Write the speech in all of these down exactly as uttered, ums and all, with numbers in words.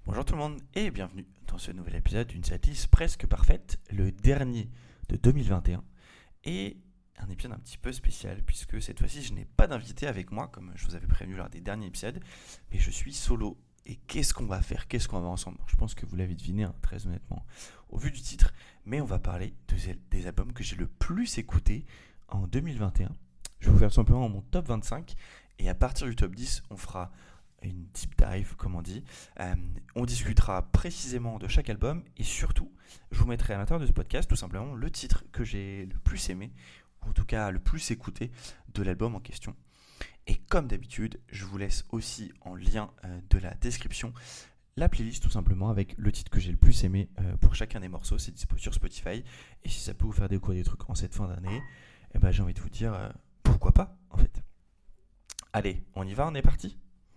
Bonjour tout le monde et bienvenue dans ce nouvel épisode d'une setlist presque parfaite, le dernier de deux mille vingt et un et un épisode un petit peu spécial puisque cette fois-ci je n'ai pas d'invité avec moi comme je vous avais prévenu lors des derniers épisodes, mais je suis solo. Et qu'est-ce qu'on va faire? Qu'est-ce qu'on va voir ensemble? Je pense que vous l'avez deviné, hein, très honnêtement, au vu du titre, mais on va parler de, des albums que j'ai le plus écoutés en deux mille vingt et un. Je vais vous faire tout simplement mon top vingt-cinq et à partir du top dix, on fera une deep dive, comme on dit. Euh, on discutera précisément de chaque album et surtout, je vous mettrai à l'intérieur de ce podcast tout simplement le titre que j'ai le plus aimé, ou en tout cas le plus écouté de l'album en question. Et comme d'habitude, je vous laisse aussi en lien euh, de la description la playlist tout simplement avec le titre que j'ai le plus aimé euh, pour chacun des morceaux. C'est dispo sur Spotify. Et si ça peut vous faire découvrir des trucs en cette fin d'année, eh ben, j'ai envie de vous dire euh, pourquoi pas en fait. Allez, on y va, on est parti.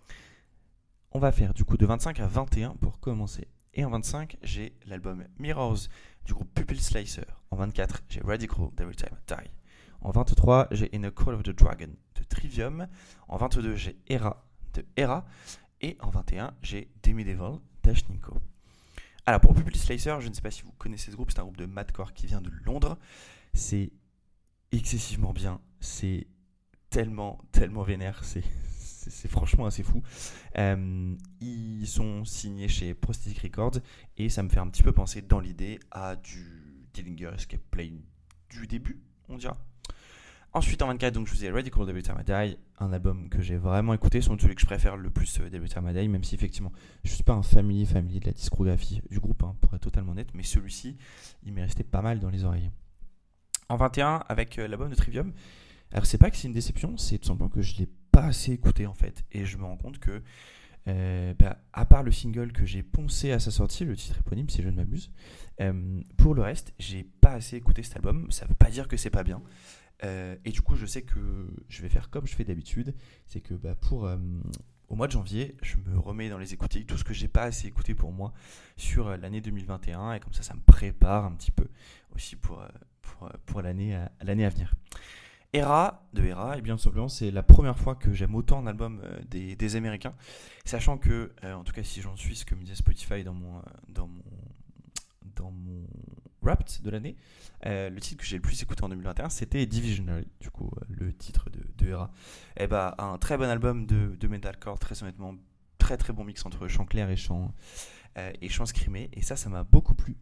On va faire du coup de vingt-cinq à vingt et un pour commencer. Et en vingt-cinq, j'ai l'album Mirrors du groupe Pupil Slicer. En vingt-quatre, j'ai Radical d'Every Time I Die. En vingt-trois, j'ai In a Call of the Dragon de Trivium. En vingt-deux, j'ai Era de Era. Et en vingt et un, j'ai Demi-Devil d'Ashnikko. Alors pour Pupil Slicer, je ne sais pas si vous connaissez ce groupe, c'est un groupe de madcore qui vient de Londres. C'est excessivement bien, c'est tellement, tellement vénère, c'est, c'est, c'est franchement assez fou. Euh, ils sont signés chez Prosthetic Records et ça me fait un petit peu penser dans l'idée à du Dillinger Escape Plane du début, on dira. Ensuite en vingt-quatre, donc je vous disais Radical d'Every Time I Die, un album que j'ai vraiment écouté, c'est celui que je préfère le plus d'Every Time I Die, même si effectivement je ne suis pas un familier familier de la discographie du groupe, hein, pour être totalement honnête, mais celui-ci, il m'est resté pas mal dans les oreilles. En vingt et un, avec euh, l'album de Trivium, alors c'est pas que c'est une déception, c'est tout simplement que je l'ai pas assez écouté en fait, et je me rends compte que euh, bah, à part le single que j'ai poncé à sa sortie, le titre éponyme si je ne m'abuse, euh, pour le reste, j'ai pas assez écouté cet album. Ça veut pas dire que c'est pas bien. Euh, et du coup, je sais que je vais faire comme je fais d'habitude, c'est que bah, pour euh, au mois de janvier, je me remets dans les écouter, tout ce que j'ai pas assez écouté pour moi sur euh, l'année deux mille vingt et un, et comme ça, ça me prépare un petit peu aussi pour, euh, pour, euh, pour l'année, à, l'année à venir. Era de Era, et bien tout simplement, c'est la première fois que j'aime autant un album euh, des, des Américains, sachant que, euh, en tout cas, si j'en suis ce que me disait Spotify dans mon, euh, dans mon, dans mon Wrapped de l'année, euh, le titre que j'ai le plus écouté en deux mille vingt et un, c'était Divisionary, du coup, euh, le titre de, de Era. Et bah, un très bon album de, de metalcore, très honnêtement, très très bon mix entre chant clair et chant, euh, et chant scrimé, et ça, ça m'a beaucoup plu.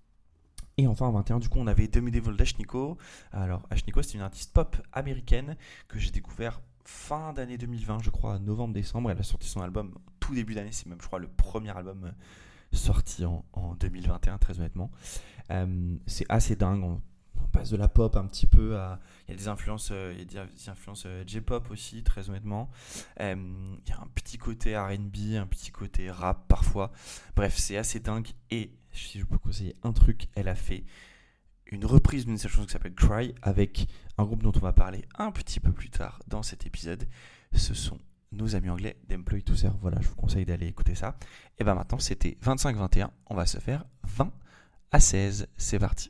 Et enfin en vingt et un, du coup, on avait Demi-Devil d'Ashnikko. Alors, Ashnikko, c'est une artiste pop américaine que j'ai découvert fin d'année deux mille vingt, je crois, novembre-décembre. Elle a sorti son album tout début d'année. C'est même, je crois, le premier album sorti en, en deux mille vingt et un, très honnêtement. Euh, c'est assez dingue. On, on passe de la pop un petit peu à... Il y a des influences, euh, il y a des influences euh, J-pop aussi, très honnêtement. Euh, il y a un petit côté R and B, un petit côté rap parfois. Bref, c'est assez dingue. Et si je peux conseiller un truc, elle a fait une reprise d'une chanson qui s'appelle Cry avec un groupe dont on va parler un petit peu plus tard dans cet épisode. Ce sont nos amis anglais d'Employ to Serve. Voilà, je vous conseille d'aller écouter ça. Et bien maintenant, c'était vingt-cinq vingt et un. On va se faire vingt à seize. C'est parti.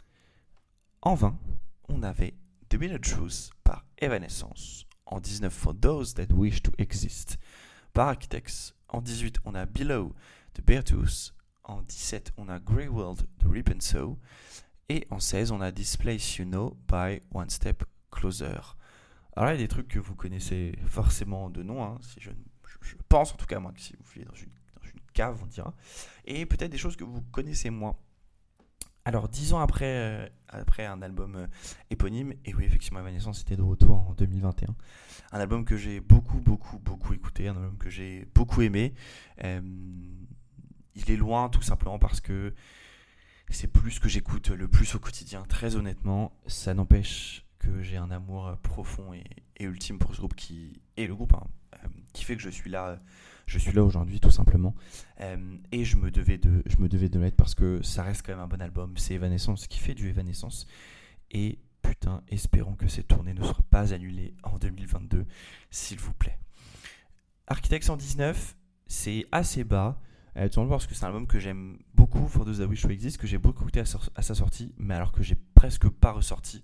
En vingt, on avait The Billet Truth par Evanescence. En dix-neuf, For Those That Wish to Exist par Architects. En dix-huit, on a Below de Beartooth. En dix-sept, on a Grey World de Rip and Sow. Et en seize, on a This Place You Know by One Step Closer. Alors là, il y a des trucs que vous connaissez forcément de nom, hein, si je, je, je pense en tout cas, moi, que si vous vivez dans une, dans une cave, on dira. Et peut-être des choses que vous connaissez moins. Alors, dix ans après, euh, après un album euh, éponyme, et oui, effectivement, Evanescence était de retour en deux mille vingt et un. Un album que j'ai beaucoup, beaucoup, beaucoup écouté, un album que j'ai beaucoup aimé. Euh, il est loin, tout simplement, parce que c'est plus ce que j'écoute le plus au quotidien, très honnêtement. Ça n'empêche que j'ai un amour profond et, et ultime pour ce groupe qui est le groupe, hein, euh, qui fait que je suis là... Je suis là aujourd'hui tout simplement euh, et je me devais de je me devais de l'être parce que ça reste quand même un bon album. C'est Evanescence qui fait du Evanescence et putain, espérons que cette tournée ne sera pas annulée en deux mille vingt-deux, s'il vous plaît. Architects cent dix-neuf, c'est assez bas, euh, tout simplement parce que c'est un album que j'aime beaucoup, For Those That Wish to Exist, que j'ai beaucoup écouté à, sor- à sa sortie, mais alors que j'ai presque pas ressorti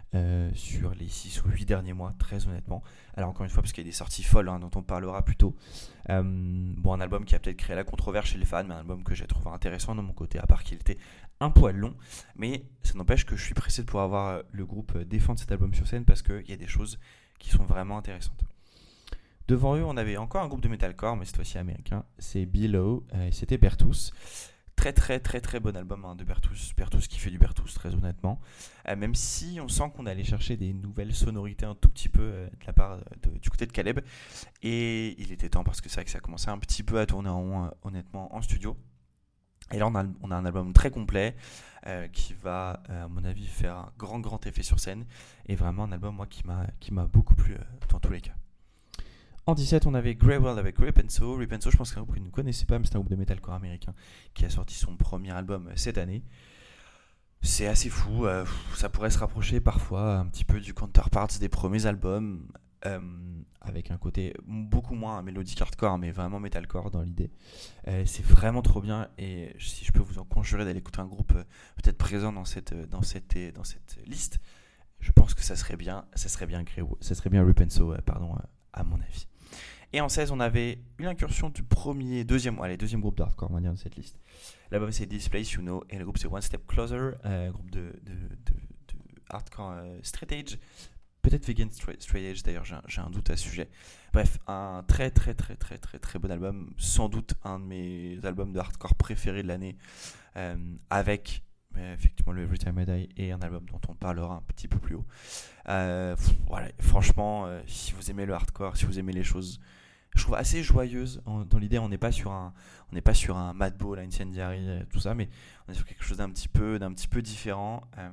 euh, sur les six ou huit derniers mois, très honnêtement. Alors encore une fois, parce qu'il y a des sorties folles hein, dont on parlera plus tôt. Euh, bon, un album qui a peut-être créé la controverse chez les fans, mais un album que j'ai trouvé intéressant de mon côté, à part qu'il était un poil long. Mais ça n'empêche que je suis pressé de pouvoir voir le groupe défendre cet album sur scène parce qu'il y a des choses qui sont vraiment intéressantes. Devant eux, on avait encore un groupe de metalcore, mais cette fois-ci américain. C'est Below, euh, et c'était Bertus. Très très très très bon album hein, de Bertus. Bertus qui fait du Bertus, très honnêtement. Euh, même si on sent qu'on allait chercher des nouvelles sonorités un tout petit peu euh, de la part de, du côté de Caleb. Et il était temps parce que c'est vrai que ça commençait un petit peu à tourner en rond, euh, honnêtement, en studio. Et là, on a, on a un album très complet euh, qui va, euh, à mon avis, faire un grand grand effet sur scène. Et vraiment un album, moi, qui m'a, qui m'a beaucoup plu euh, dans tous les cas. En dix-sept, on avait Grey World avec Repenso. Repenso, je pense que c'est un groupe que vous ne connaissez pas, mais c'est un groupe de metalcore américain qui a sorti son premier album cette année. C'est assez fou, euh, ça pourrait se rapprocher parfois un petit peu du counterparts des premiers albums, euh, avec un côté beaucoup moins mélodique hardcore, mais vraiment metalcore dans l'idée. Euh, c'est vraiment trop bien, et si je peux vous en conjurer d'aller écouter un groupe euh, peut-être présent dans cette, dans cette, dans cette liste, je pense que ça serait bien, ça serait bien, Grey, ça serait bien Repenso, euh, pardon, euh, à mon avis. Et en seize, on avait une incursion du premier, deuxième, allez, deuxième groupe de hardcore, on va dire, de cette liste. L'album, c'est This Place You Know, et le groupe, c'est One Step Closer, euh, groupe de, de, de, de hardcore euh, straight edge, peut-être vegan straight, straight edge, d'ailleurs, j'ai un, j'ai un doute à ce sujet. Bref, un très, très, très, très, très, très bon album, sans doute un de mes albums de hardcore préférés de l'année, euh, avec euh, effectivement le Every Time I Die et un album dont on parlera un petit peu plus haut. Euh, pff, voilà, franchement, euh, si vous aimez le hardcore, si vous aimez les choses, je trouve assez joyeuse. En, dans l'idée, on n'est pas sur un, on n'est pas sur un Madball, Incendiary, tout ça, mais on est sur quelque chose d'un petit peu, d'un petit peu différent. Euh,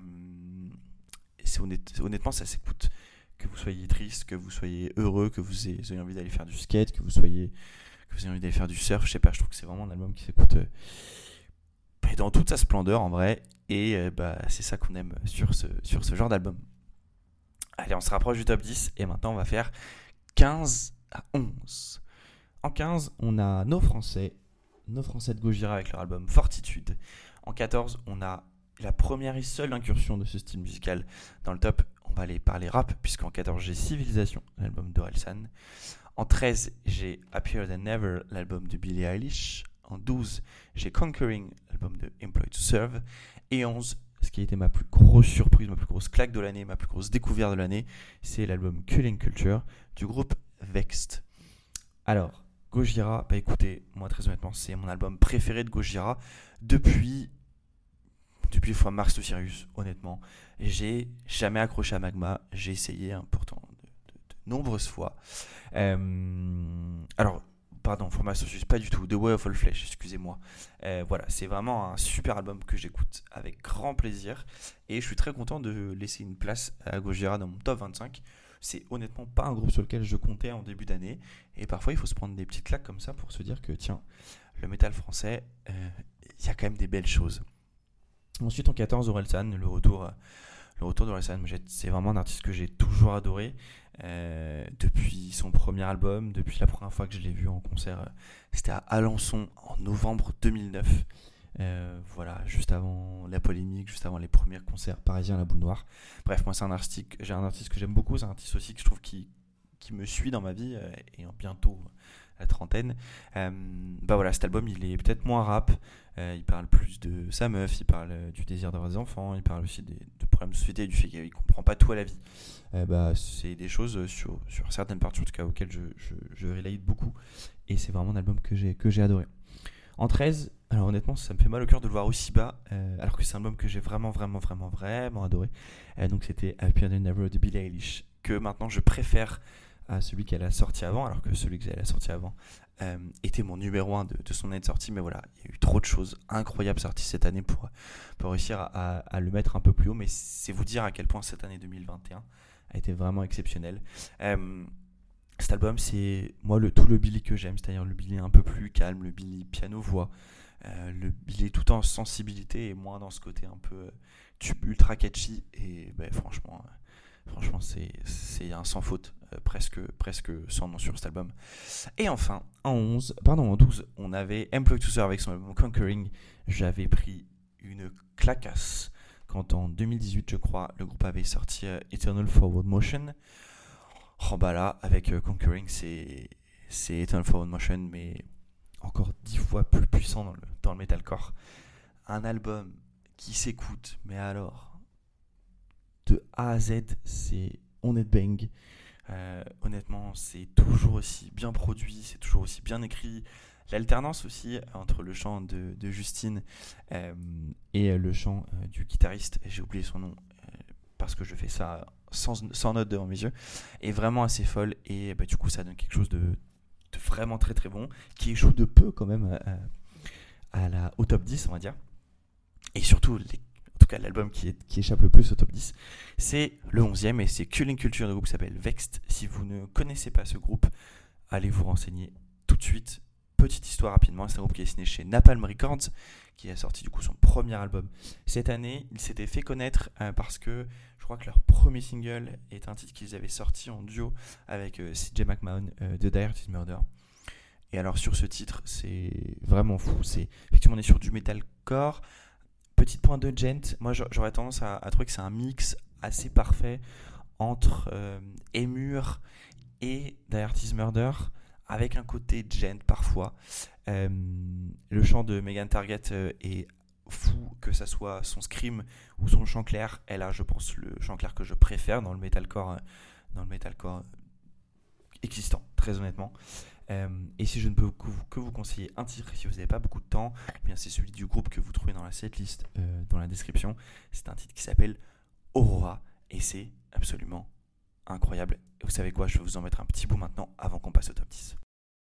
et c'est honnête, honnêtement, ça s'écoute. Que vous soyez triste, que vous soyez heureux, que vous ayez, ayez envie d'aller faire du skate, que vous soyez, que vous ayez envie d'aller faire du surf, je sais pas. Je trouve que c'est vraiment un album qui s'écoute euh, dans toute sa splendeur en vrai. Et euh, bah, c'est ça qu'on aime sur ce, sur ce genre d'album. Allez, on se rapproche du top dix et maintenant on va faire quinze à onze. En quinze, on a nos Français, nos Français de Gojira avec leur album Fortitude. En quatorze, on a la première et seule incursion de ce style musical dans le top. On va aller parler rap, puisqu'en quatorze, j'ai Civilisation, l'album d'Orelsan. En treize, j'ai Happier Than Ever, l'album de Billie Eilish. En douze, j'ai Conquering, l'album de Employed to Serve. Et onze, ce qui a été ma plus grosse surprise, ma plus grosse claque de l'année, ma plus grosse découverte de l'année, c'est l'album Killing Culture du groupe Vexed. Alors, Gojira, bah écoutez, moi très honnêtement, c'est mon album préféré de Gojira depuis, depuis From Mars to Sirius, honnêtement. J'ai jamais accroché à Magma, j'ai essayé hein, pourtant de, de, de nombreuses fois. Euh, alors, pardon, From Mars to Sirius, pas du tout, The Way of All Flesh, excusez-moi. Euh, voilà, c'est vraiment un super album que j'écoute avec grand plaisir et je suis très content de laisser une place à Gojira dans mon top vingt-cinq. C'est honnêtement pas un groupe sur lequel je comptais en début d'année et parfois il faut se prendre des petites claques comme ça pour se dire que tiens, le métal français, il euh, y a quand même des belles choses. Ensuite en quatorze, Orelsan, le retour, le retour d'Orelsan, c'est vraiment un artiste que j'ai toujours adoré euh, depuis son premier album, depuis la première fois que je l'ai vu en concert, c'était à Alençon en novembre deux mille neuf. Euh, voilà, juste avant la polémique, juste avant les premiers concerts parisiens à la Boule Noire. Bref, moi c'est un artiste, j'ai un artiste que j'aime beaucoup, c'est un artiste aussi que je trouve qui, qui me suit dans ma vie euh, et en bientôt la trentaine. Euh, bah voilà, cet album il est peut-être moins rap, euh, il parle plus de sa meuf, il parle euh, du désir d'avoir des enfants, il parle aussi des, de problèmes de société et du fait qu'il comprend pas tout à la vie. Euh, bah, c'est des choses sur, sur certaines parties en tout cas auxquelles je, je, je relate beaucoup et c'est vraiment un album que j'ai, que j'ai adoré. En treize, alors honnêtement ça me fait mal au cœur de le voir aussi bas, euh, alors que c'est un album que j'ai vraiment vraiment vraiment vraiment adoré. Euh, donc c'était Happier Than Ever de Billie Eilish, que maintenant je préfère à celui qu'elle a sorti avant, alors que celui qu'elle a sorti avant euh, était mon numéro un de, de son année de sortie, mais voilà, il y a eu trop de choses incroyables sorties cette année pour, pour réussir à, à, à le mettre un peu plus haut, mais c'est vous dire à quel point cette année deux mille vingt et un a été vraiment exceptionnelle. Euh, Cet album, c'est moi le, tout le Billy que j'aime, c'est-à-dire le Billy un peu plus calme, le Billy piano-voix, euh, le Billy tout en sensibilité et moins dans ce côté un peu tube ultra catchy. Et ben, franchement, euh, franchement c'est, c'est un sans faute, euh, presque, presque sans nom sur cet album. Et enfin, en onze, pardon, en douze, on avait Employed to Serve avec son album Conquering. J'avais pris une clacasse quand en deux mille dix-huit, je crois, le groupe avait sorti euh, Eternal Forward Motion. Oh bah là, avec euh, Conquering, c'est, c'est Eternal Forward Motion, mais encore dix fois plus puissant dans le, dans le metalcore. Un album qui s'écoute, mais alors, de A à Z, c'est on est bang. Euh, honnêtement, c'est toujours aussi bien produit, c'est toujours aussi bien écrit. L'alternance aussi entre le chant de, de Justine euh, et le chant euh, du guitariste, j'ai oublié son nom euh, parce que je fais ça sans, sans note devant mes yeux, est vraiment assez folle et bah, du coup ça donne quelque chose de, de vraiment très très bon qui échoue de peu quand même à, à la, au top dix on va dire. Et surtout, les, en tout cas l'album qui, est, qui échappe le plus au top dix, c'est le onzième et c'est Culling Culture, le groupe s'appelle Vexed. Si vous ne connaissez pas ce groupe, allez vous renseigner tout de suite. Petite histoire rapidement, c'est un groupe qui est signé chez Napalm Records, qui a sorti du coup son premier album cette année. Ils s'étaient fait connaître euh, parce que je crois que leur premier single est un titre qu'ils avaient sorti en duo avec euh, C J McMahon euh, de Dire Is Murder. Et alors sur ce titre, c'est vraiment fou. C'est, effectivement, on est sur du metalcore. Petite pointe de gent, moi j'aurais tendance à, à trouver que c'est un mix assez parfait entre euh, Emure et Dire Is Murder, avec un côté gent parfois. Euh, le chant de Megan Target euh, est fou, que ça soit son scream ou son chant clair. Elle a, je pense, le chant clair que je préfère dans le metalcore, euh, dans le metalcore existant, très honnêtement. Euh, et si je ne peux que vous, que vous conseiller un titre, si vous n'avez pas beaucoup de temps, eh bien c'est celui du groupe que vous trouvez dans la setlist, euh, dans la description. C'est un titre qui s'appelle Aurora et c'est absolument incroyable. Et vous savez quoi, je vais vous en mettre un petit bout maintenant avant qu'on passe au top dix.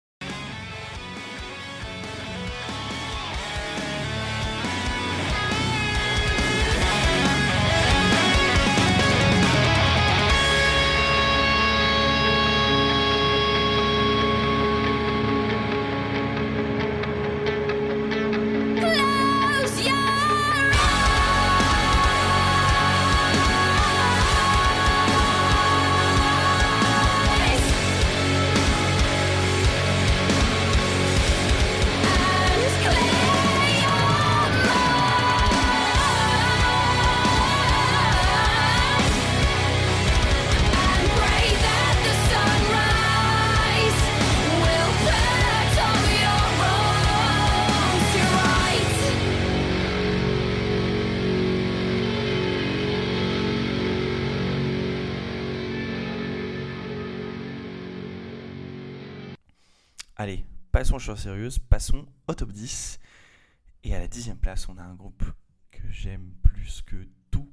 Allez, passons aux choses sérieuses, passons au top dix. Et à la dixième place, on a un groupe que j'aime plus que tout.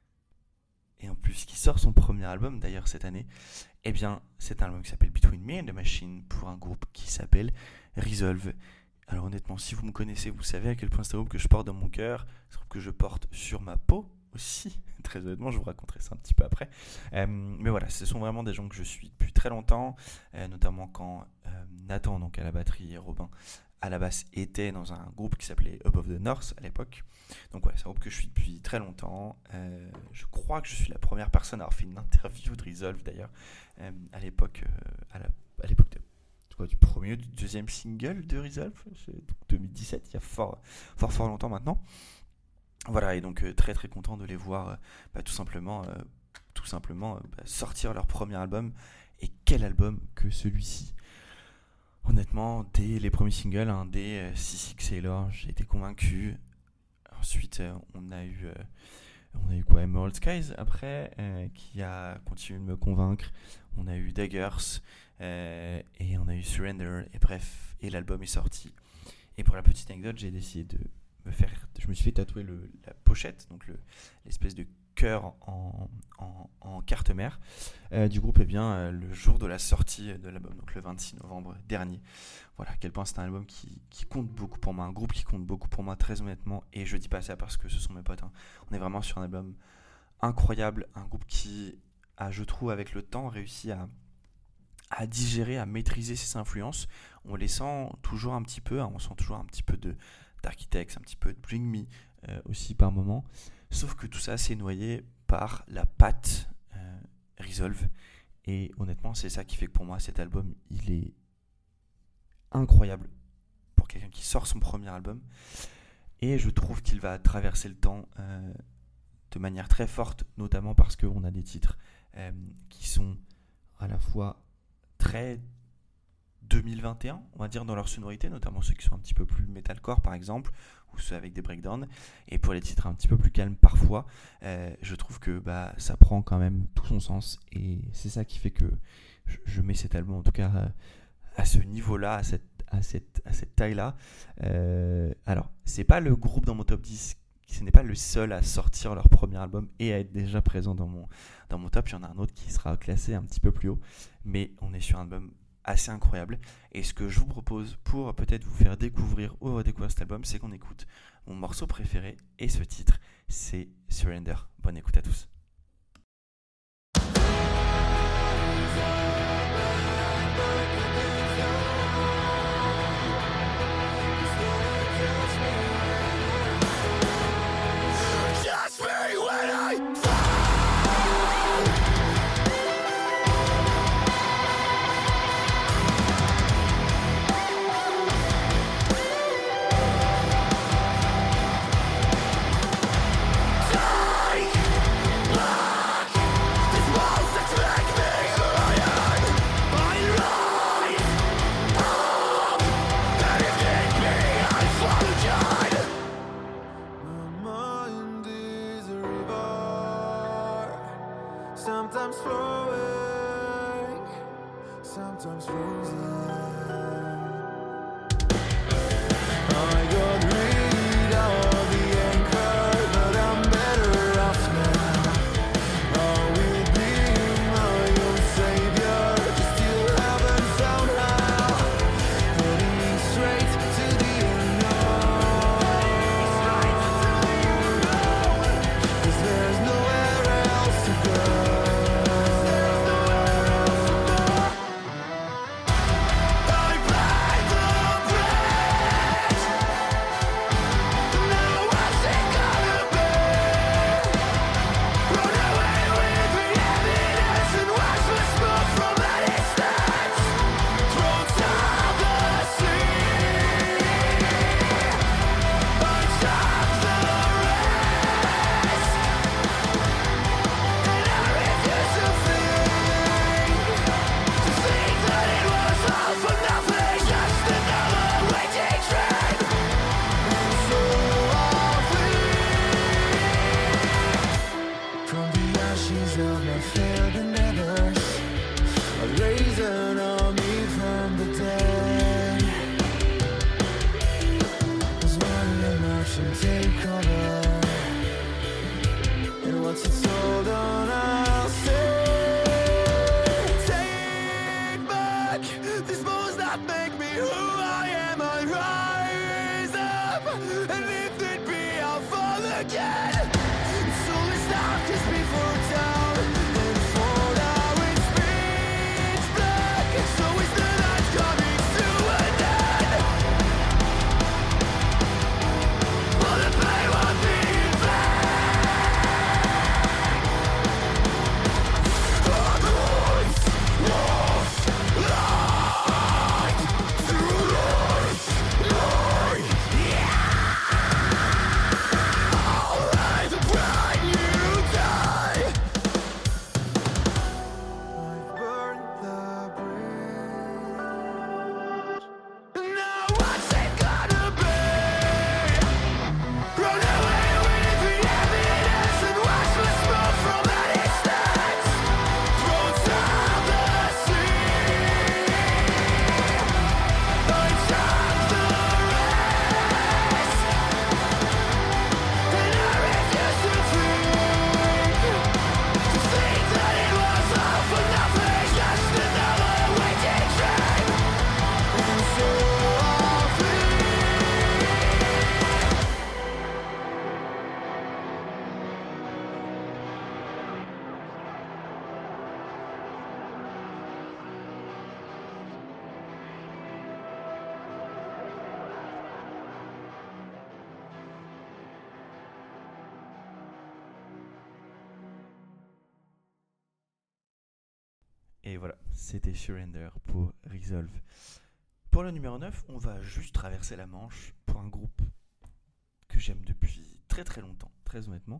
Et en plus, qui sort son premier album d'ailleurs cette année. Eh bien, c'est un album qui s'appelle Between Me and the Machine pour un groupe qui s'appelle Resolve. Alors honnêtement, si vous me connaissez, vous savez à quel point c'est un groupe que je porte dans mon cœur. C'est un groupe que je porte sur ma peau aussi. Très honnêtement, je vous raconterai ça un petit peu après. Euh, mais voilà, ce sont vraiment des gens que je suis depuis très longtemps, euh, notamment quand euh, Nathan, donc à la batterie, et Robin à la basse, étaient dans un groupe qui s'appelait Above the North à l'époque. Donc ouais, c'est un groupe que je suis depuis très longtemps. Euh, je crois que je suis la première personne à avoir fait une interview de Resolve d'ailleurs, euh, à l'époque, euh, à, la, à l'époque de quoi, du premier, du deuxième single de Resolve, c'est deux mille dix-sept, il y a fort, fort, fort longtemps maintenant. Voilà, et donc euh, très très content de les voir euh, bah, tout simplement, euh, tout simplement euh, bah, sortir leur premier album. Et quel album que celui-ci! Honnêtement, dès les premiers singles, hein, dès euh, C six Sailor, j'ai été convaincu. Ensuite, euh, on a eu, euh, on a eu quoi, Emerald Skies après, euh, qui a continué de me convaincre. On a eu Daggers euh, et on a eu Surrender. Et bref, et l'album est sorti. Et pour la petite anecdote, j'ai décidé de me faire, je me suis fait tatouer le, la pochette, donc le, l'espèce de cœur en, en, en carte mère euh, du groupe, et eh bien euh, le jour de la sortie de l'album, donc le vingt-six novembre dernier. Voilà à quel point c'est un album qui, qui compte beaucoup pour moi, un groupe qui compte beaucoup pour moi, très honnêtement. Et je dis pas ça parce que ce sont mes potes, hein. On est vraiment sur un album incroyable, un groupe qui a, je trouve, avec le temps réussi à à digérer, à maîtriser ses influences. On les sent toujours un petit peu, hein, on sent toujours un petit peu de d'Architects, un petit peu de Bring Me euh, aussi par moment. Sauf que tout ça c'est noyé par la patte euh, Resolve. Et honnêtement, c'est ça qui fait que pour moi cet album, il est incroyable pour quelqu'un qui sort son premier album. Et je trouve qu'il va traverser le temps euh, de manière très forte, notamment parce qu'on a des titres euh, qui sont à la fois très deux mille vingt et un, on va dire, dans leur sonorité, notamment ceux qui sont un petit peu plus metalcore par exemple, ou ceux avec des breakdowns. Et pour les titres un petit peu plus calmes parfois, euh, je trouve que bah, ça prend quand même tout son sens. Et c'est ça qui fait que je, je mets cet album, en tout cas, euh, à ce niveau-là, à cette, à cette, à cette taille-là. Euh, alors, c'est pas le groupe dans mon top dix, ce n'est pas le seul à sortir leur premier album et à être déjà présent dans mon, dans mon top. Il y en a un autre qui sera classé un petit peu plus haut. Mais on est sur un album assez incroyable, et ce que je vous propose pour peut-être vous faire découvrir ou redécouvrir cet album, c'est qu'on écoute mon morceau préféré, et ce titre c'est Surrender. Bonne écoute à tous. Sometimes flowing, sometimes frozen. I got rid of the anchor, but I'm better off now. I will be my own savior, just still haven't found how. Putting me straight to the unknown, 'cause there's nowhere else to go. Et voilà, c'était Surrender pour Resolve. Pour le numéro neuf, on va juste traverser la Manche pour un groupe que j'aime depuis très très longtemps, très honnêtement.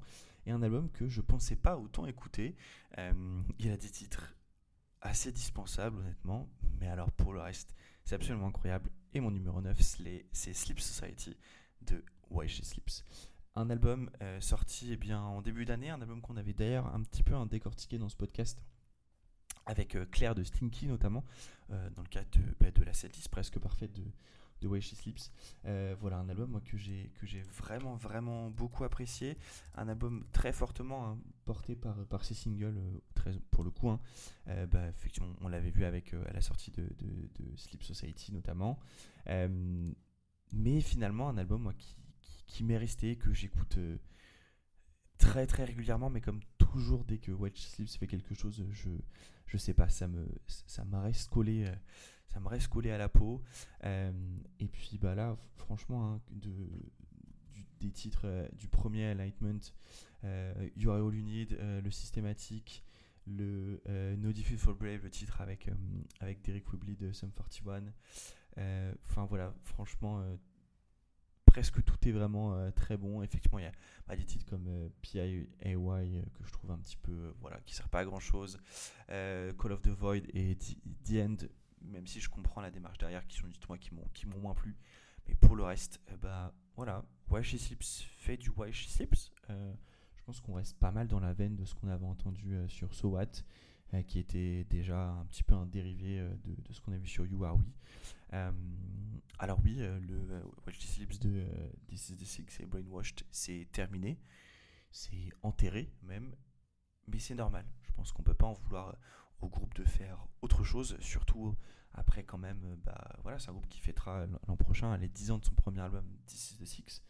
et un album que je pensais pas autant écouter. Euh, il a des titres assez dispensables honnêtement, mais alors pour le reste c'est absolument incroyable. Et mon numéro neuf c'est, c'est Sleep Society de Why She Sleeps. Un album euh, sorti eh bien, en début d'année, un album qu'on avait d'ailleurs un petit peu hein, décortiqué dans ce podcast avec euh, Claire de Stinky notamment, euh, dans le cadre de, bah, de la setlist presque parfaite de, de Why She Sleeps. Euh, voilà, un album moi, que, j'ai, que j'ai vraiment vraiment beaucoup apprécié. Un album très fortement hein, porté par, par ses singles, euh, très, pour le coup. Hein. Euh, bah, effectivement, on l'avait vu avec, euh, à la sortie de, de, de Sleep Society notamment. Euh, mais finalement, un album moi, qui, qui, qui m'est resté, que j'écoute euh, très très régulièrement, mais comme toujours, dès que Why She Sleeps fait quelque chose, je, je sais pas, ça me, ça me reste collé. Euh, Ça me reste collé à la peau. Euh, et puis bah là, franchement, hein, de, du, des titres euh, du premier Enlightenment, euh, You Are All You Need, euh, le systématique, le euh, No Defeat for Brave, le titre avec, euh, avec Derek Whibley de Sum quarante et un. Enfin euh, voilà, franchement, euh, presque tout est vraiment euh, très bon. Effectivement, il y a bah, des titres comme euh, P I A Y euh, que je trouve un petit peu, euh, voilà, qui ne servent pas à grand chose. Euh, Call of the Void et The, The End. Même si je comprends la démarche derrière, qui sont des titres qui m'ont, qui m'ont moins plu. Mais pour le reste, euh, bah voilà, Why She Sleeps fait du Why She Sleeps. Euh, je pense qu'on reste pas mal dans la veine de ce qu'on avait entendu euh, sur So What, euh, qui était déjà un petit peu un dérivé euh, de, de ce qu'on a vu sur You Are We. Euh, alors oui, euh, le euh, Why She Sleeps de euh, This Is The Six et Brainwashed, c'est terminé. C'est enterré même. Mais c'est normal. Je pense qu'on peut pas en vouloir au groupe de faire autre chose, surtout après quand même, bah voilà, c'est un groupe qui fêtera l'an prochain les dix ans de son premier album This Is The Six,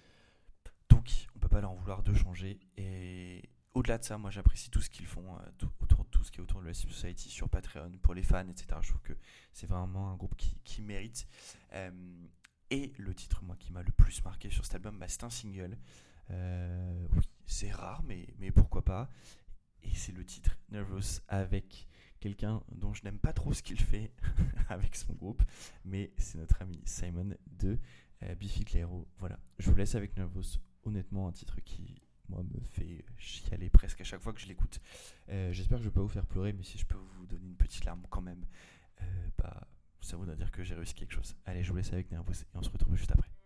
donc on peut pas leur en vouloir de changer. Et au-delà de ça, moi j'apprécie tout ce qu'ils font, euh, tout, autour, tout ce qui est autour de la Sleep Society sur Patreon, pour les fans, et cetera. Je trouve que c'est vraiment un groupe qui, qui mérite. Euh, et le titre moi qui m'a le plus marqué sur cet album, bah, c'est un single. Euh, oui, c'est rare, mais, mais pourquoi pas. Et c'est le titre Nervous, avec quelqu'un dont je n'aime pas trop ce qu'il fait avec son groupe, mais c'est notre ami Simon de euh, Biffy Clyro. Voilà, je vous laisse avec Nervous. Honnêtement, un titre qui, moi, me fait chialer presque à chaque fois que je l'écoute. Euh, j'espère que je ne vais pas vous faire pleurer, mais si je peux vous donner une petite larme quand même, euh, bah, ça voudrait dire que j'ai réussi quelque chose. Allez, je vous laisse avec Nervous et on se retrouve juste après.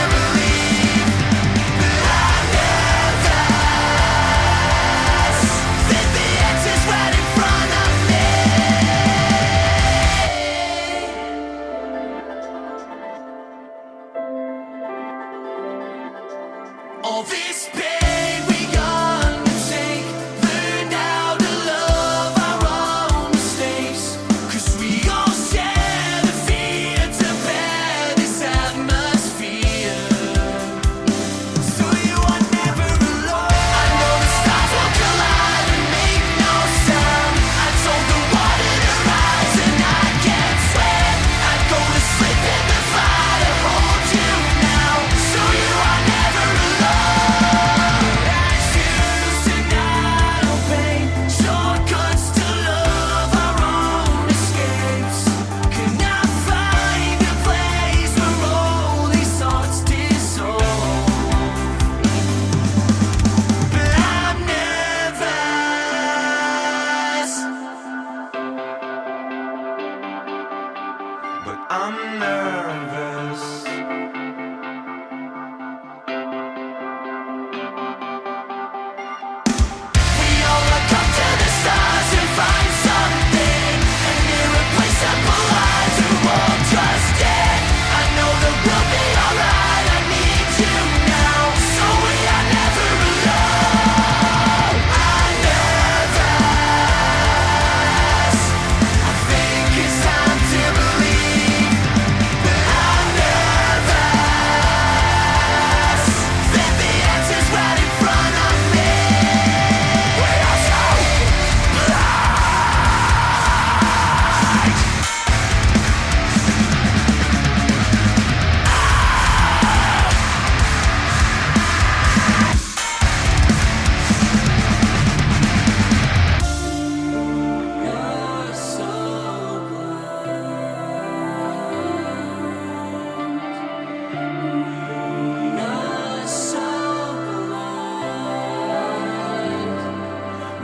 Nervous.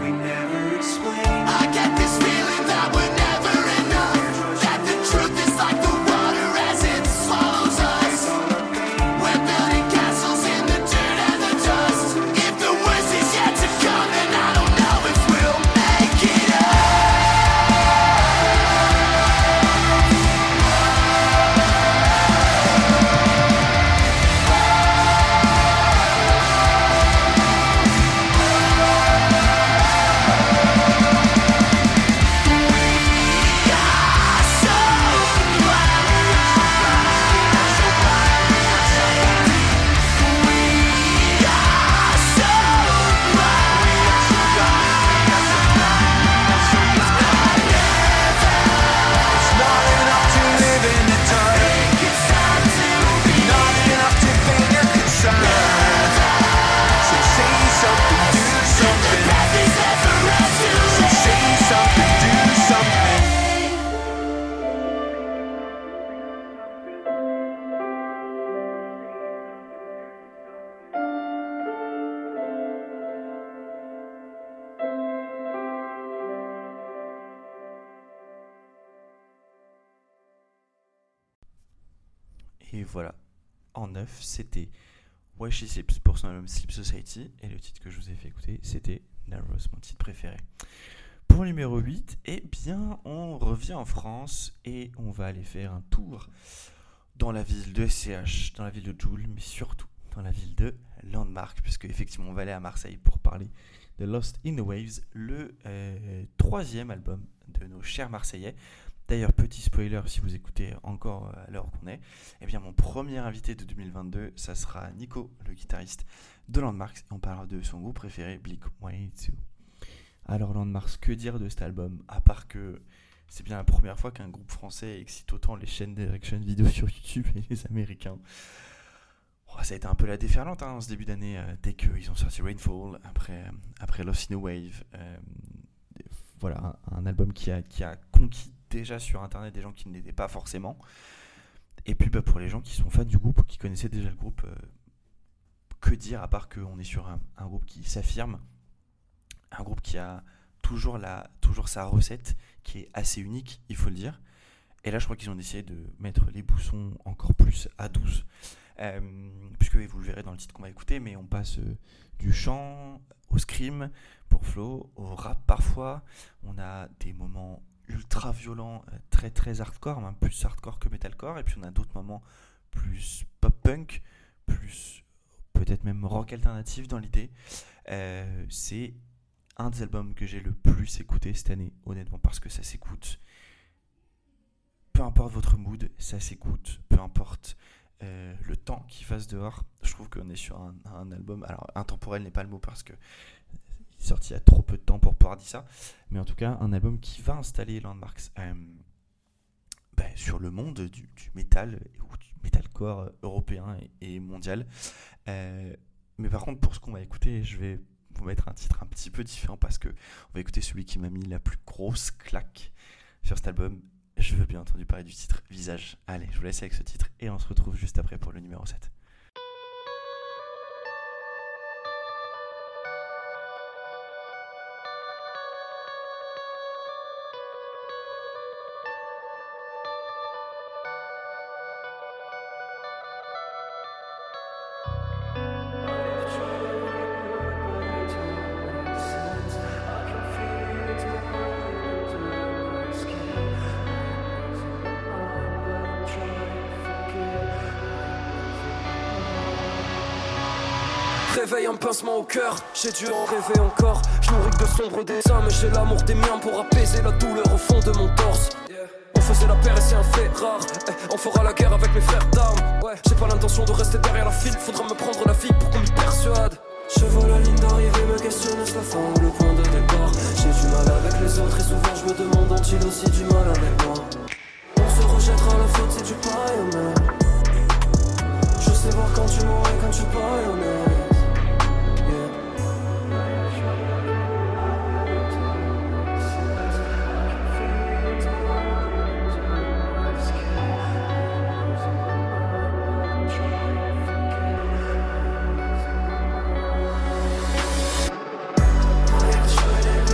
we never explain. I get this feeling that we're never enough, that the truth is like the water as it swallows us. We're building castles in the dirt and the dust. If the worst is yet to come, then I don't know if we'll make it up. Et voilà, en neuf, c'était Why She Sleeps pour son album Sleep Society. Et le titre que je vous ai fait écouter, c'était Narrows, mon titre préféré. Pour le numéro huit, eh bien, on revient en France et on va aller faire un tour dans la ville de S C H, dans la ville de Joule, mais surtout dans la ville de Landmark, puisque effectivement on va aller à Marseille pour parler de Lost in the Waves, le euh, troisième album de nos chers Marseillais. D'ailleurs, petit spoiler, si vous écoutez encore à l'heure qu'on est, eh bien mon premier invité de deux mille vingt-deux, ça sera Nico, le guitariste de Landmark, et on parlera de son groupe préféré, Blink cent quatre-vingt-deux. Alors Landmark, que dire de cet album, à part que c'est bien la première fois qu'un groupe français excite autant les chaînes de reaction vidéo sur YouTube et les Américains. Oh, ça a été un peu la déferlante hein, en ce début d'année, euh, dès qu'ils ont sorti Rainfall, après, euh, après Lost in a Wave. Euh, voilà, un, un album qui a, qui a conquis déjà sur internet des gens qui ne l'étaient pas forcément. Et puis bah, pour les gens qui sont fans du groupe, qui connaissaient déjà le groupe, euh, que dire à part qu'on est sur un, un groupe qui s'affirme, un groupe qui a toujours, la, toujours sa recette, qui est assez unique, il faut le dire. Et là je crois qu'ils ont décidé de mettre les boussons encore plus à douze. Euh, puisque vous le verrez dans le titre qu'on va écouter, mais on passe euh, du chant au scream pour Flo, au rap parfois. On a des moments ultra violents, euh, très très hardcore, même plus hardcore que metalcore, et puis on a d'autres moments plus pop-punk, plus peut-être même rock alternatif dans l'idée. Euh, c'est un des albums que j'ai le plus écouté cette année, honnêtement, parce que ça s'écoute. Peu importe votre mood, ça s'écoute, peu importe Euh, le temps qu'il fasse dehors. Je trouve qu'on est sur un, un album, alors intemporel n'est pas le mot parce que il est sorti il y a trop peu de temps pour pouvoir dire ça, mais en tout cas un album qui va installer Landmark euh, ben, sur le monde du, du métal ou du metalcore européen et, et mondial. Euh, mais par contre pour ce qu'on va écouter, je vais vous mettre un titre un petit peu différent parce que on va écouter celui qui m'a mis la plus grosse claque sur cet album. Je veux bien entendu parler du titre Visage. Allez, je vous laisse avec ce titre et on se retrouve juste après pour le numéro sept. Réveille un pincement au cœur, j'ai dû en rêver encore. Je nourris que de sombres dessins, mais j'ai l'amour des miens pour apaiser la douleur au fond de mon torse. On faisait la paire et c'est un fait rare. Eh, on fera la guerre avec mes frères d'armes. Ouais, j'ai pas l'intention de rester derrière la file. Faudra me prendre la vie pour qu'on m'y persuade. Je vois la ligne d'arrivée, me questionne est-ce la fin ou le point de départ. J'ai du mal avec les autres et souvent je me demande ont-ils aussi du mal avec moi. On se rejettera la faute, c'est du pareil au même. Je sais voir quand tu mens et quand tu parles honnête. Try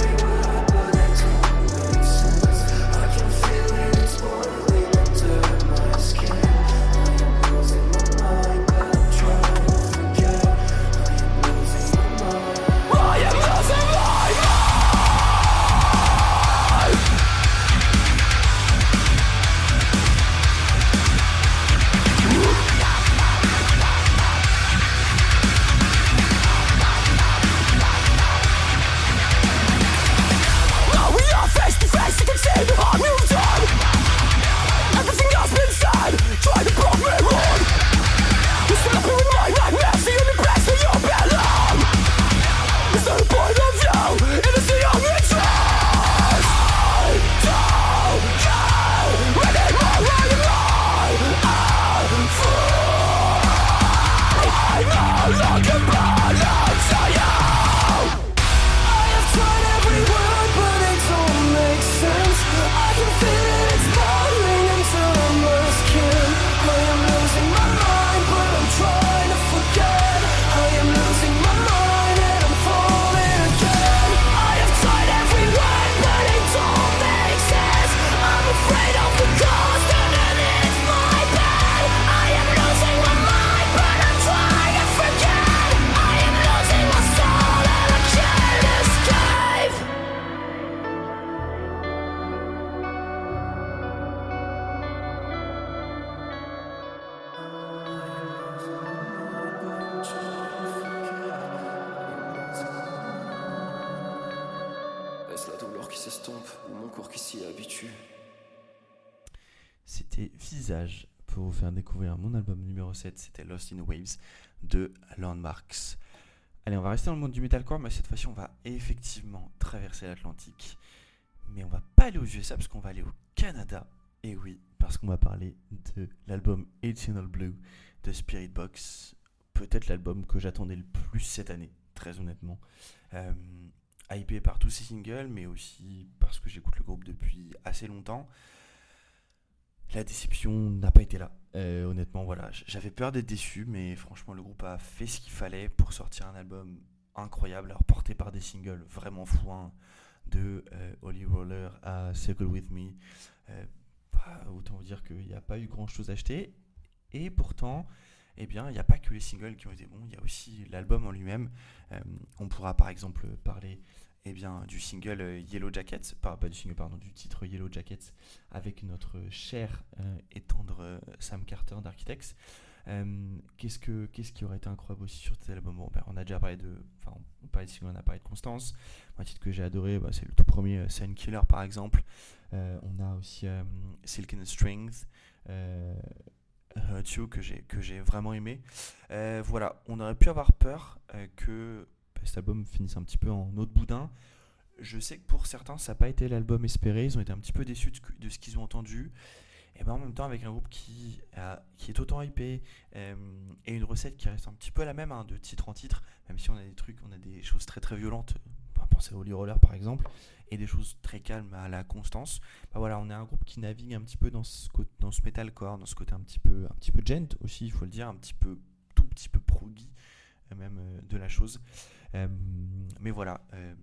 Est-ce la douleur qui s'estompe ou mon corps qui s'y habitue? C'était Visage pour vous faire découvrir mon album numéro sept, c'était Lost in Waves de Landmarks. Allez, on va rester dans le monde du metalcore, mais cette fois-ci on va effectivement traverser l'Atlantique. Mais on va pas aller aux U S A parce qu'on va aller au Canada. Et oui, parce qu'on va parler de l'album Eternal Blue de Spirit Box. Peut-être l'album que j'attendais le plus cette année, très honnêtement. Euh, hypé par tous ses singles, mais aussi parce que j'écoute le groupe depuis assez longtemps. La déception n'a pas été là. Euh, honnêtement, voilà, j'avais peur d'être déçu, mais franchement, le groupe a fait ce qu'il fallait pour sortir un album incroyable, alors porté par des singles vraiment fous, hein, de euh, Holy Roller à Circle With Me. Euh, bah, autant vous dire qu'il n'y a pas eu grand-chose à acheter. Et pourtant, eh bien, il n'y a pas que les singles qui ont été bons, il y a aussi l'album en lui-même. Euh, on pourra par exemple parler eh bien, du single euh, Yellow Jackets, pas, pas du single, pardon, du titre Yellow Jackets avec notre cher euh, et tendre euh, Sam Carter d'Architects. Euh, qu'est-ce, que, qu'est-ce qui aurait été incroyable aussi sur cet album? Bon, ben, on a déjà parlé de, enfin, on parlait de single, on a parlé de Constance. Un titre que j'ai adoré, bah, c'est le tout premier euh, Sun Killer par exemple. Euh, on a aussi euh, Silk and Strings. Euh, Hurt You que j'ai, que j'ai vraiment aimé. Euh, voilà, on aurait pu avoir peur euh, que bah, cet album finisse un petit peu en eau de boudin. Je sais que pour certains, ça n'a pas été l'album espéré. Ils ont été un petit peu déçus de, de ce qu'ils ont entendu. Et ben en même temps, avec un groupe qui, a, qui est autant hypé euh, et une recette qui reste un petit peu la même, hein, de titre en titre, même si on a des trucs, on a des choses très très violentes. Enfin, pensez à Holy Roller par exemple, et des choses très calmes à la Constance. Bah voilà, on est un groupe qui navigue un petit peu dans ce, dans ce metalcore, dans ce côté un petit peu, un petit peu gent aussi, il faut le dire, un petit peu, tout petit peu proggy même euh, de la chose. Euh, mais voilà, euh,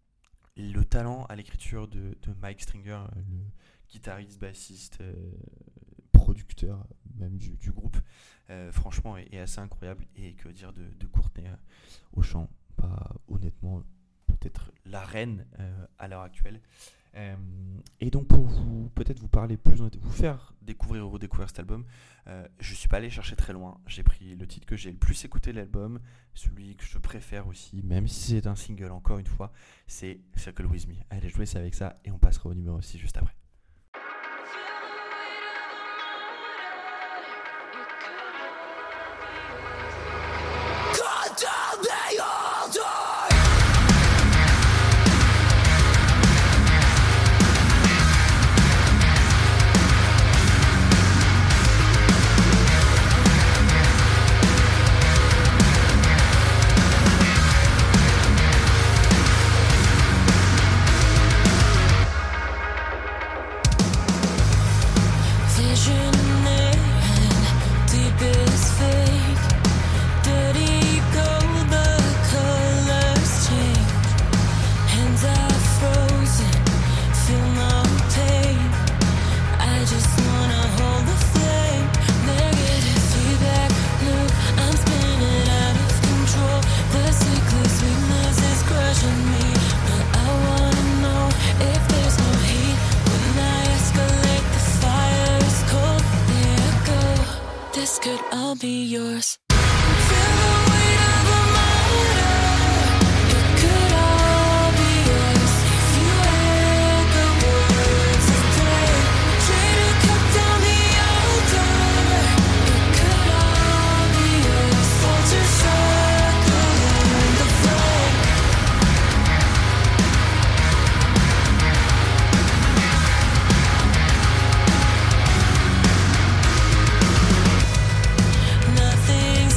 le talent à l'écriture de, de Mike Stringer, le guitariste, bassiste, euh, producteur même du, du groupe, euh, franchement est, est assez incroyable. Et que dire de, de Courtney euh, au chant, bah, honnêtement peut-être la reine euh, à l'heure actuelle. Euh, et donc pour vous peut-être vous parler plus, vous faire découvrir ou redécouvrir cet album, euh, je suis pas allé chercher très loin. J'ai pris le titre que j'ai le plus écouté de l'album, celui que je préfère aussi, même si c'est un single encore une fois, c'est Circle With Me. Allez, jouez ça avec ça et on passera au numéro six juste après. Nothing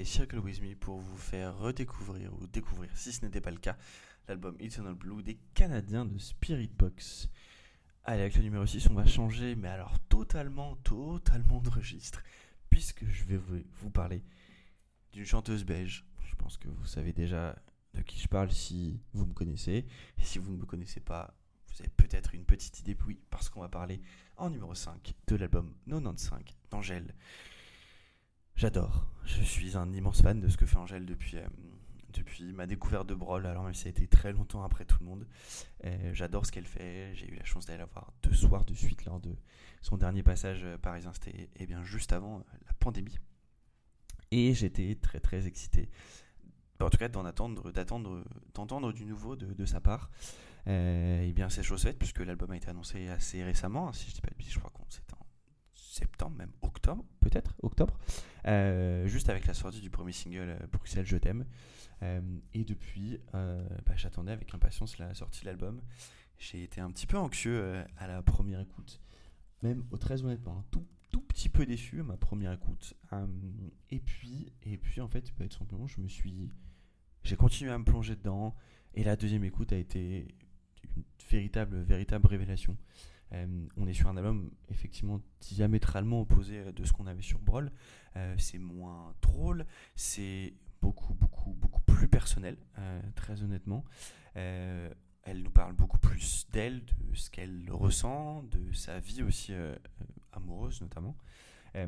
Circle With Me pour vous faire redécouvrir ou découvrir, si ce n'était pas le cas, l'album Eternal Blue des Canadiens de Spirit Box. Allez, avec le numéro six, on va changer, mais alors totalement, totalement de registre, puisque je vais vous, vous parler d'une chanteuse belge. Je pense que vous savez déjà de qui je parle si vous me connaissez. Et si vous ne me connaissez pas, vous avez peut-être une petite idée, oui, parce qu'on va parler en numéro cinq de l'album quatre-vingt-quinze d'Angèle. J'adore, je suis un immense fan de ce que fait Angèle depuis, euh, depuis ma découverte de Brol, alors même si ça a été très longtemps après tout le monde. Euh, j'adore ce qu'elle fait, j'ai eu la chance d'aller la voir deux soirs de suite lors de son dernier passage parisien, c'était eh bien, juste avant la pandémie. Et j'étais très très excité, en tout cas d'en attendre, d'attendre, d'entendre du nouveau de, de sa part. Euh, et bien c'est chose faite, puisque l'album a été annoncé assez récemment, hein, si je dis pas de bêtises, je crois qu'on c'était en septembre, même octobre, peut-être, octobre, euh, juste avec la sortie du premier single euh, Bruxelles Je t'aime. Euh, et depuis, euh, bah, j'attendais avec impatience la sortie de l'album. J'ai été un petit peu anxieux euh, à la première écoute, même oh, très honnêtement, un tout, tout petit peu déçu à ma première écoute. Euh, et puis, et puis en fait, bah, tout simplement, je me suis, j'ai continué à me plonger dedans. Et la deuxième écoute a été une véritable, véritable révélation. Euh, on est sur un album effectivement diamétralement opposé de ce qu'on avait sur Brol. Euh, c'est moins drôle, c'est beaucoup, beaucoup, beaucoup plus personnel, euh, très honnêtement. Euh, elle nous parle beaucoup plus d'elle, de ce qu'elle ressent, de sa vie aussi euh, amoureuse notamment. Euh,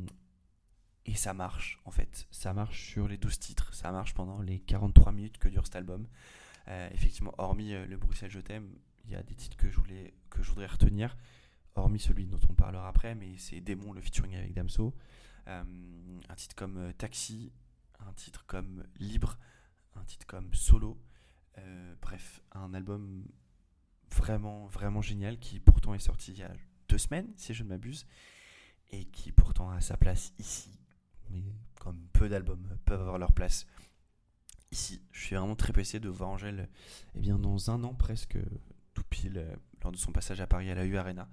et ça marche en fait, ça marche sur les douze titres, ça marche pendant les quarante-trois minutes que dure cet album. Euh, effectivement, hormis euh, le Bruxelles Je t'aime, il y a des titres que je, voulais, que je voudrais retenir, hormis celui dont on parlera après, mais c'est Démon, le featuring avec Damso. Euh, un titre comme euh, Taxi, un titre comme Libre, un titre comme Solo. Euh, bref, un album vraiment, vraiment génial qui pourtant est sorti il y a deux semaines, si je ne m'abuse, et qui pourtant a sa place ici. Mais comme peu d'albums peuvent avoir leur place ici, je suis vraiment très pressé de voir Angèle eh bien, dans un an presque, tout pile, euh, lors de son passage à Paris à la U Arena.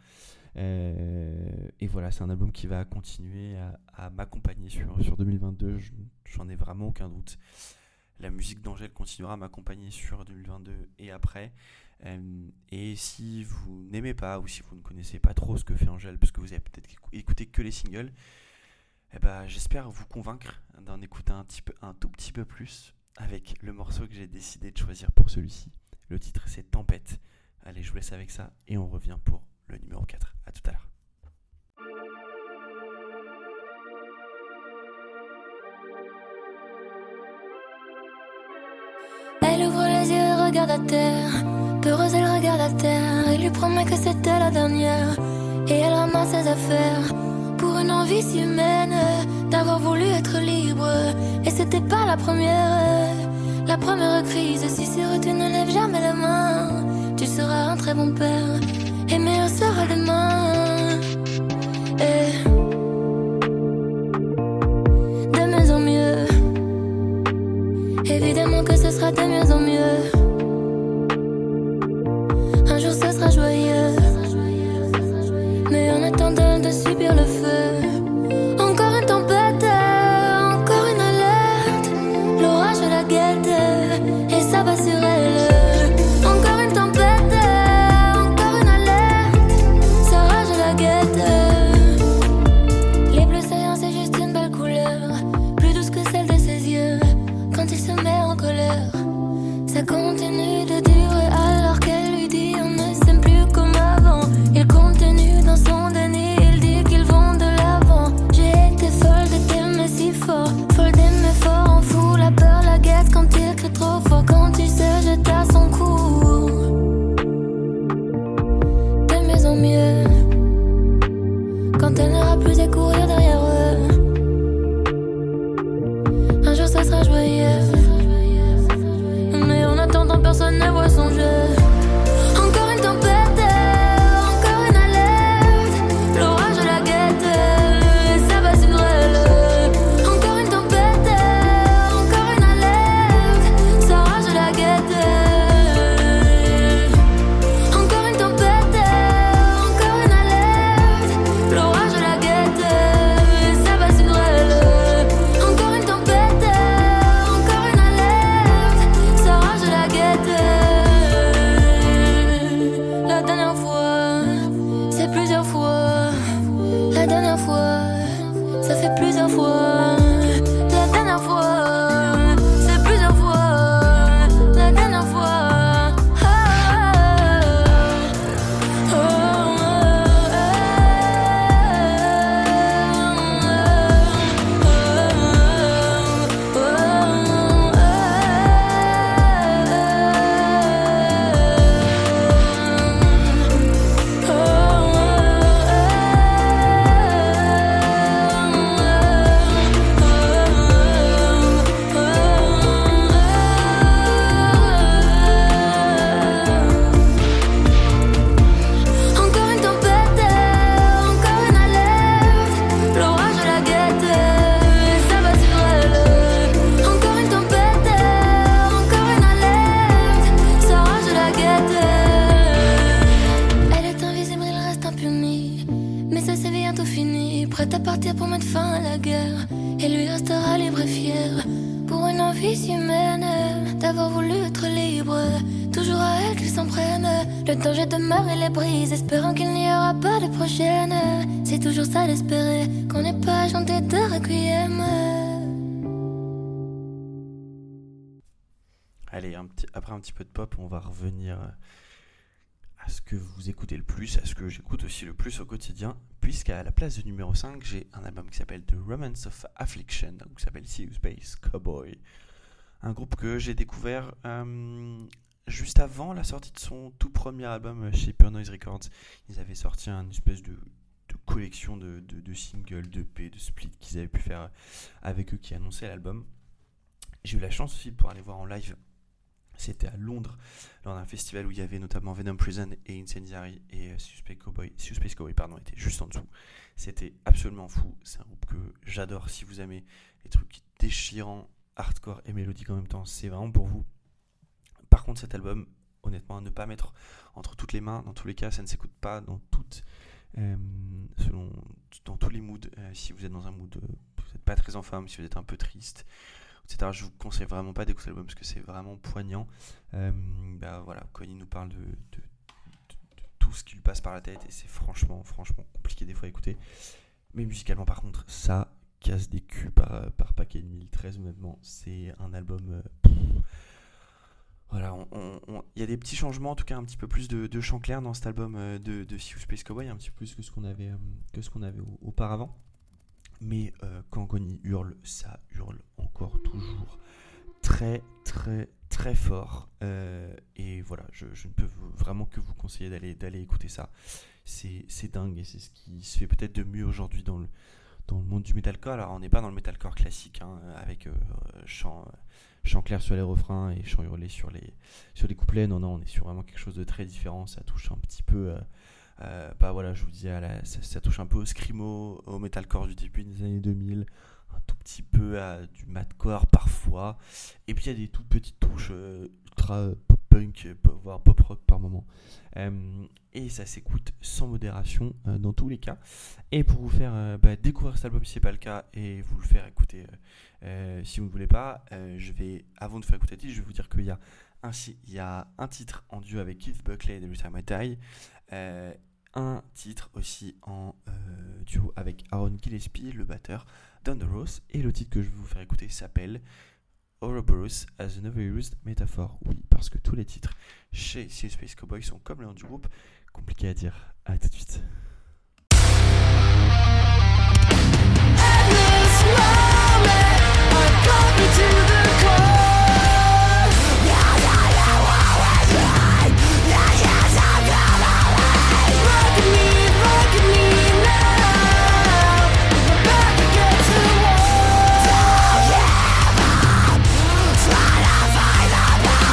Euh, et voilà, c'est un album qui va continuer à, à m'accompagner sur, sur deux mille vingt-deux, je, j'en ai vraiment aucun doute. La musique d'Angèle continuera à m'accompagner sur deux mille vingt-deux et après. Euh, et si vous n'aimez pas ou si vous ne connaissez pas trop ce que fait Angèle, parce que vous avez peut-être écouté que les singles, eh ben, j'espère vous convaincre d'en écouter un, petit peu, un tout petit peu plus avec le morceau que j'ai décidé de choisir pour celui-ci. Le titre c'est Tempête. Allez, je vous laisse avec ça et on revient pour le numéro quatre. À tout à l'heure. Elle ouvre les yeux et regarde à terre. Peureuse, elle regarde à terre. Il lui promet que c'était la dernière. Et elle ramasse ses affaires. Pour une envie si humaine d'avoir voulu être libre. Et c'était pas la première. La première crise. Si c'est vrai, tu ne lèves jamais la main. Tu seras un très bon père. Et meilleur sera demain. Et de mieux en mieux. Évidemment que ce sera de mieux en mieux. Un jour ce sera joyeux. Mais en attendant de subir le feu, encore une tempête, encore une alerte. L'orage la guette et ça va sur elle. Encore une tempête, encore une alerte. Ça rage la guette. Les bleus saillants c'est juste une belle couleur, plus douce que celle de ses yeux. Quand il se met en colère, ça continue de durer alors qu'elle lui dit on ne s'aime plus comme avant. Il continue dans son déni, il dit qu'ils vont de l'avant. J'ai été folle de t'aimer si fort, folle d'aimer fort, en fou la peur, la guette quand il crie trop fort, quand il se jette à son cou. De mieux en mieux, quand elle n'aura plus à courir derrière eux. Un jour ça sera joyeux, mais en attendant personne d'avoir voulu être libre. Toujours à elle qu'ils s'en prennent. Le danger demeure et les brise, espérant qu'il n'y aura pas de prochaine. C'est toujours ça d'espérer qu'on n'ait pas chanté de requiem. Allez, un petit, après un petit peu de pop, on va revenir à ce que vous écoutez le plus, à ce que j'écoute aussi le plus au quotidien, puisqu'à la place de numéro cinq, j'ai un album qui s'appelle The Romance of Affliction, donc qui s'appelle See You Space Cowboy. Un groupe que j'ai découvert euh, juste avant la sortie de son tout premier album chez Pure Noise Records. Ils avaient sorti une espèce de, de collection de, de, de singles, de E P, de splits qu'ils avaient pu faire avec eux qui annonçaient l'album. J'ai eu la chance aussi de pouvoir les voir en live. C'était à Londres, lors d'un festival où il y avait notamment Venom Prison et Incendiary, et euh, Suspect Cowboy, Suspect Cowboy pardon, était juste en dessous. C'était absolument fou. C'est un groupe que j'adore. Si vous aimez les trucs déchirants, hardcore et mélodiques en même temps, c'est vraiment pour vous. Par contre, cet album, honnêtement, à ne pas mettre entre toutes les mains. Dans tous les cas, ça ne s'écoute pas dans toutes, euh, selon, dans tous les moods. Euh, si vous êtes dans un mood, euh, vous n'êtes pas très en forme, si vous êtes un peu triste, et cetera. Je vous conseille vraiment pas d'écouter l'album parce que c'est vraiment poignant. Euh, bah voilà, Connie nous parle de, de, de, de tout ce qui lui passe par la tête et c'est franchement, franchement compliqué des fois à écouter. Mais musicalement, par contre, ça casse des culs par, par paquet de mille treize, honnêtement. C'est un album. Euh, pff, voilà, il on, on, y a des petits changements, en tout cas un petit peu plus de, de chant clair dans cet album euh, de, de See You Space Cowboy, un petit peu plus que ce qu'on avait, euh, que ce qu'on avait au, auparavant. Mais euh, quand Connie hurle, ça hurle encore toujours très très très fort. Euh, et voilà, je, je ne peux vraiment que vous conseiller d'aller, d'aller écouter ça. C'est, c'est dingue et c'est ce qui se fait peut-être de mieux aujourd'hui dans le, dans le monde du metalcore. Alors on n'est pas dans le metalcore classique hein, avec euh, chant, euh, chant clair sur les refrains et chant hurlé sur les, sur les couplets. Non, non, on est sur vraiment quelque chose de très différent. Ça touche un petit peu... Euh, Euh, bah voilà, je vous disais, à la, ça, ça touche un peu au screamo, au metalcore du début des années deux mille, un tout petit peu à du madcore parfois, et puis il y a des toutes petites touches euh, ultra pop punk, voire pop rock par moment, euh, et ça s'écoute sans modération euh, dans tous les cas. Et pour vous faire euh, bah, découvrir cet album si c'est pas le cas, et vous le faire écouter euh, euh, si vous ne voulez pas, euh, je vais, avant de faire écouter le titre, je vais vous dire qu'il y a ainsi, il y a un titre en duo avec Keith Buckley et Every Time I Die, euh, un titre aussi en euh, duo avec Aaron Gillespie, le batteur d'Under Oath, et le titre que je vais vous faire écouter s'appelle Ouroboros as an Overused Metaphor. Oui, parce que tous les titres chez See You Space Cowboy sont comme le nom du groupe, compliqué à dire. À tout de suite.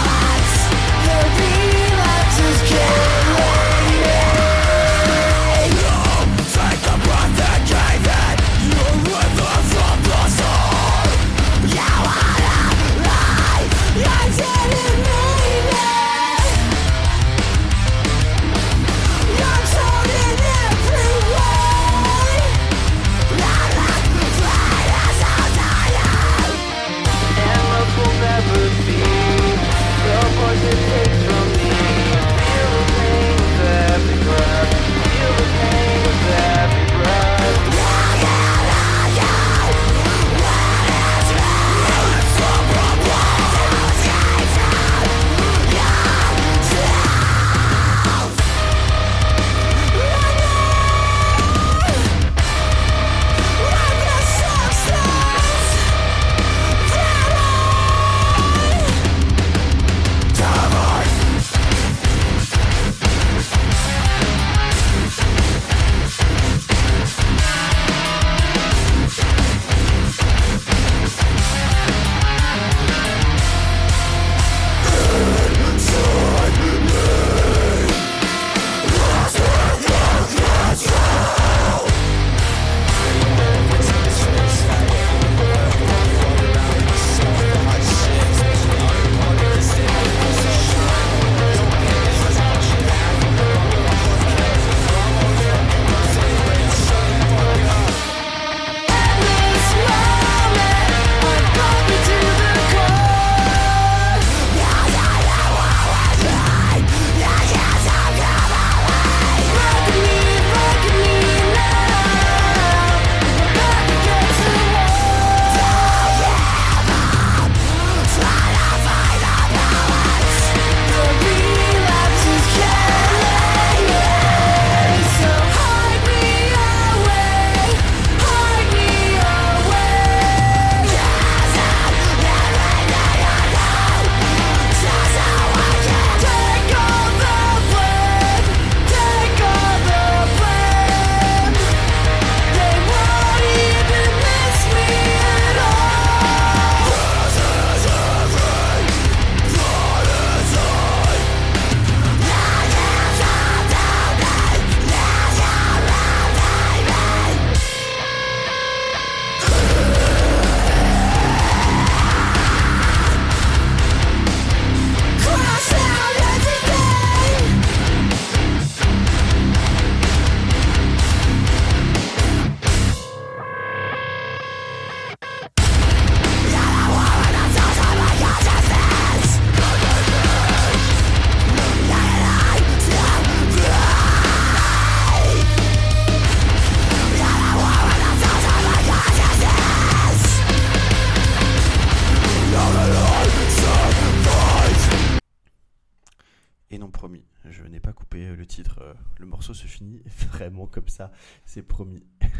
Just can't wait. promis, je n'ai pas coupé le titre, euh, le morceau se finit vraiment comme ça, c'est promis.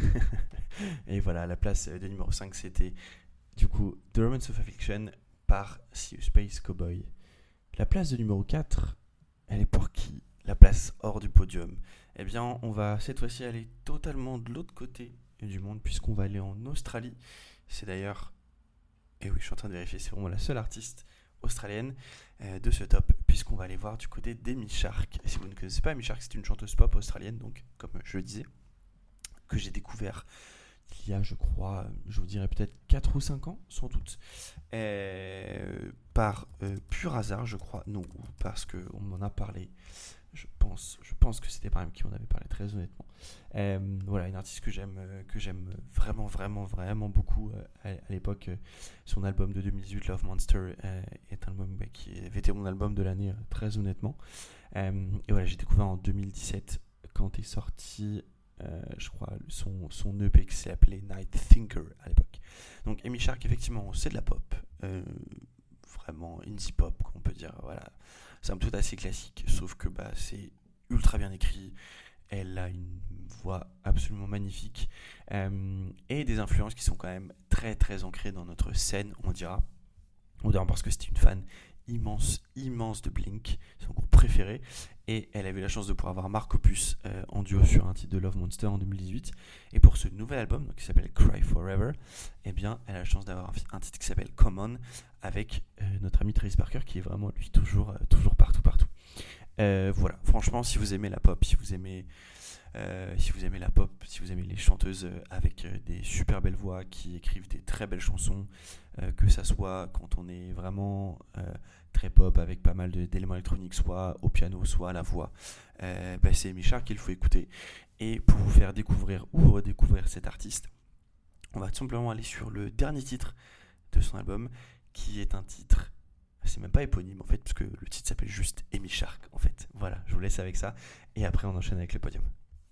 Et voilà, la place de numéro cinq, c'était du coup The Romance of Affliction par See You Space Cowboy. La place de numéro quatre, elle est pour qui ? La place hors du podium. Eh bien, on va cette fois-ci aller totalement de l'autre côté du monde, puisqu'on va aller en Australie. C'est d'ailleurs, et oui, je suis en train de vérifier, c'est vraiment la seule artiste australienne euh, de ce top, puisqu'on va aller voir du côté d'Amy Shark. Et si vous ne connaissez pas Amy Shark, c'est une chanteuse pop australienne, donc comme je le disais, que j'ai découvert il y a, je crois, je vous dirais peut-être quatre ou cinq ans, sans doute, euh, par euh, pur hasard, je crois, non, parce qu'on m'en a parlé, je pense, je pense que c'était par même qui m'en avait parlé, très honnêtement. Euh, voilà, une artiste que j'aime, euh, que j'aime vraiment, vraiment, vraiment beaucoup euh, à, à l'époque. Euh, son album de deux mille dix-huit, Love Monster, euh, est un album bah, qui avait été mon album de l'année, euh, très honnêtement. Euh, et voilà, j'ai découvert en deux mille dix-sept, quand est sorti... Euh, je crois son, son E P qui s'appelait Night Thinker à l'époque. Donc Amy Shark, effectivement, c'est de la pop, euh, vraiment indie pop, on peut dire. Voilà, c'est un peu assez classique, sauf que bah, c'est ultra bien écrit. Elle a une voix absolument magnifique euh, et des influences qui sont quand même très très ancrées dans notre scène, on dira. On dira parce que c'était une fan immense, immense de Blink, son groupe préféré, et elle a eu la chance de pouvoir avoir Mark Hoppus euh, en duo sur un titre de Love Monster en deux mille dix-huit, et pour ce nouvel album donc, qui s'appelle Cry Forever, eh bien, elle a la chance d'avoir un titre qui s'appelle Come On avec euh, notre ami Travis Barker qui est vraiment lui toujours, euh, toujours partout partout. Euh, voilà, franchement, si vous aimez la pop, si vous aimez Euh, si vous aimez la pop, si vous aimez les chanteuses avec euh, des super belles voix qui écrivent des très belles chansons, euh, que ça soit quand on est vraiment euh, très pop avec pas mal de, d'éléments électroniques, soit au piano, soit à la voix, euh, bah c'est Amy Shark qu'il faut écouter. Et pour vous faire découvrir ou redécouvrir cet artiste, on va tout simplement aller sur le dernier titre de son album, qui est un titre... C'est même pas éponyme en fait, parce que le titre s'appelle juste Amy Shark en fait. Voilà, je vous laisse avec ça, et après on enchaîne avec le podium.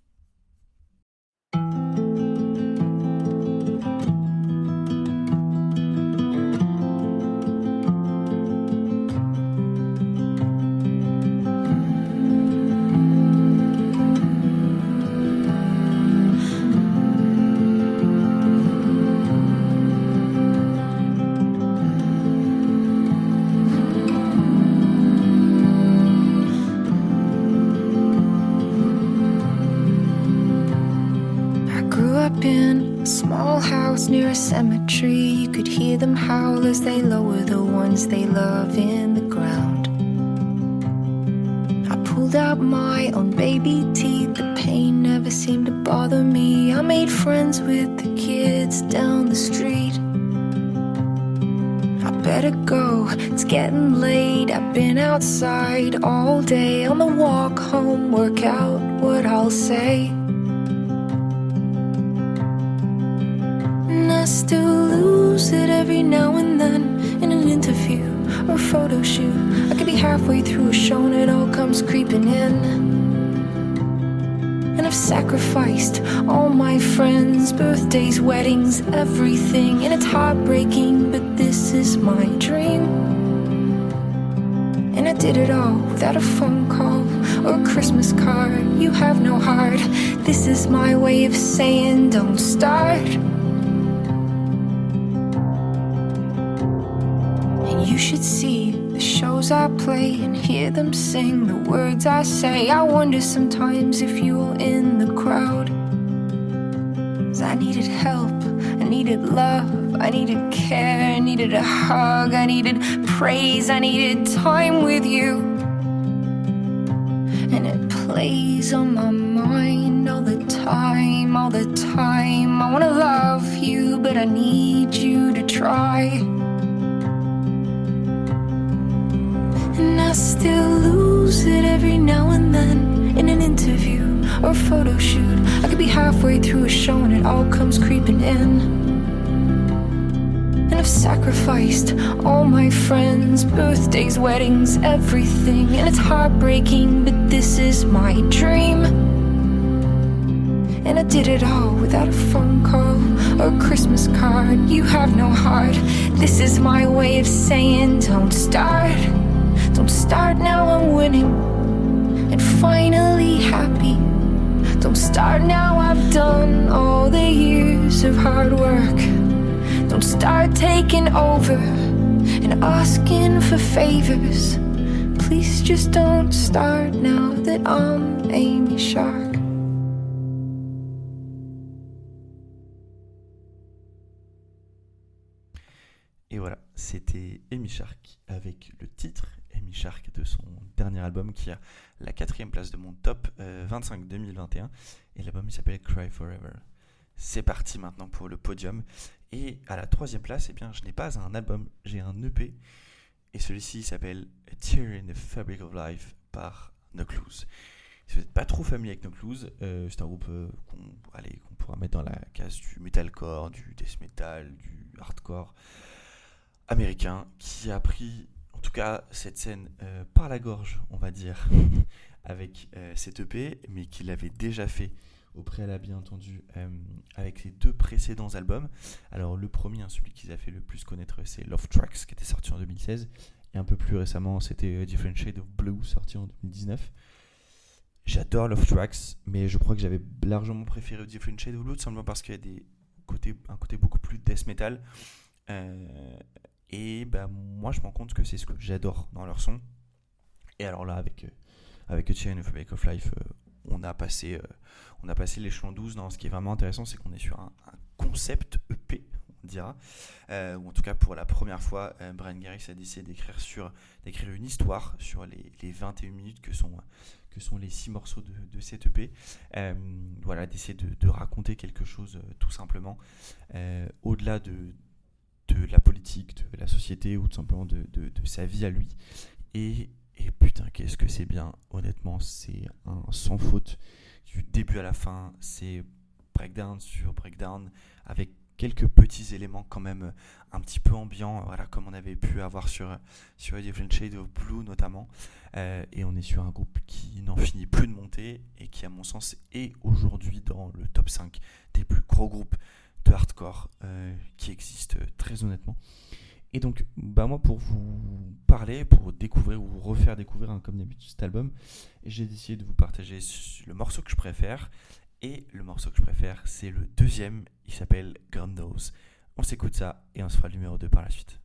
Near a cemetery, you could hear them howl as they lower the ones they love in the ground. I pulled out my own baby teeth, the pain never seemed to bother me. I made friends with the kids down the street. I better go, it's getting late. I've been outside all day. On the walk home, work out what I'll say. I still lose it every now and then in an interview or a photo shoot. I could be halfway through a show and it all comes creeping in. And I've sacrificed all my friends' birthdays, weddings, everything. And it's heartbreaking, but this is my dream. And I did it all without a phone call or a Christmas card. You have no heart. This is my way of saying don't start. You should see the shows I play and hear them sing the words I say. I wonder sometimes if you were in the crowd. 'Cause I needed help, I needed love, I needed care, I needed a hug, I needed praise, I needed time with you. And it plays on my mind all the time, all the time. I wanna love you, but I need you to try. And I still lose it every now and then in an interview or a photo shoot. I could be halfway through a show and it all comes creeping in. And I've sacrificed all my friends' birthdays, weddings, everything. And it's heartbreaking, but this is my dream. And I did it all without a phone call or a Christmas card. You have no heart. This is my way of saying don't start. Don't start now, I'm winning. and finally happy. Don't start now, I've done all the years of hard work. Don't start taking over and asking for favors. Please just don't start now that I'm Amy Shark. Et voilà, c'était Amy Shark avec le titre Amy Shark de son dernier album qui a la quatrième place de mon top euh, vingt-cinq deux mille vingt et un. Et l'album il s'appelle Cry Forever. C'est parti maintenant pour le podium. Et à la troisième place, eh bien, je n'ai pas un album, j'ai un E P. Et celui-ci s'appelle A Tear in the Fabric of Life par No Clues. Si vous n'êtes pas trop familier avec No Clues, euh, c'est un groupe euh, qu'on, allez, qu'on pourra mettre dans la case du metalcore, du death metal, du hardcore américain, qui a pris en tout cas cette scène euh, par la gorge, on va dire, avec euh, cet E P, mais qu'il avait déjà fait au préalable, bien entendu, euh, avec les deux précédents albums. Alors le premier, hein, celui qu'ils a fait le plus connaître, c'est Love Tracks, qui était sorti en deux mille seize, et un peu plus récemment, c'était A Different Shade of Blue, sorti en deux mille dix-neuf. J'adore Love Tracks, mais je crois que j'avais largement préféré A Different Shade of Blue, tout simplement parce qu'il y a des côtés, un côté beaucoup plus death metal. Euh, et bah, moi, je me rends compte que c'est ce que j'adore dans leur son. Et alors là, avec, euh, avec A Tear in the Fabric of Life, euh, on a passé, euh, on a passé l'échelon douze. Non, ce qui est vraiment intéressant, c'est qu'on est sur un, un concept E P, on dira, euh, ou en tout cas pour la première fois, euh, Bryan Garrix a décidé d'écrire, sur, d'écrire une histoire sur les, les vingt et une minutes que sont, que sont les six morceaux de, de cet E P. Euh, voilà, d'essayer de, de raconter quelque chose euh, tout simplement, euh, au-delà de, de la politique, de la société, ou tout simplement de, de, de sa vie à lui. Et Et putain, qu'est-ce que c'est bien. Honnêtement, c'est un sans faute. Du début à la fin, c'est breakdown sur breakdown, avec quelques petits éléments quand même un petit peu ambiants, voilà, comme on avait pu avoir sur, sur A Different Shade of Blue notamment. Euh, et on est sur un groupe qui n'en finit plus de monter et qui, à mon sens, est aujourd'hui dans le top cinq des plus gros groupes de hardcore euh, qui existent, très honnêtement. Et donc, bah moi, pour vous parler, pour découvrir ou vous refaire découvrir, hein, comme d'habitude, cet album, j'ai décidé de vous partager le morceau que je préfère. Et le morceau que je préfère, c'est le deuxième. Il s'appelle God Knows. On s'écoute ça et on se fera le numéro deux par la suite.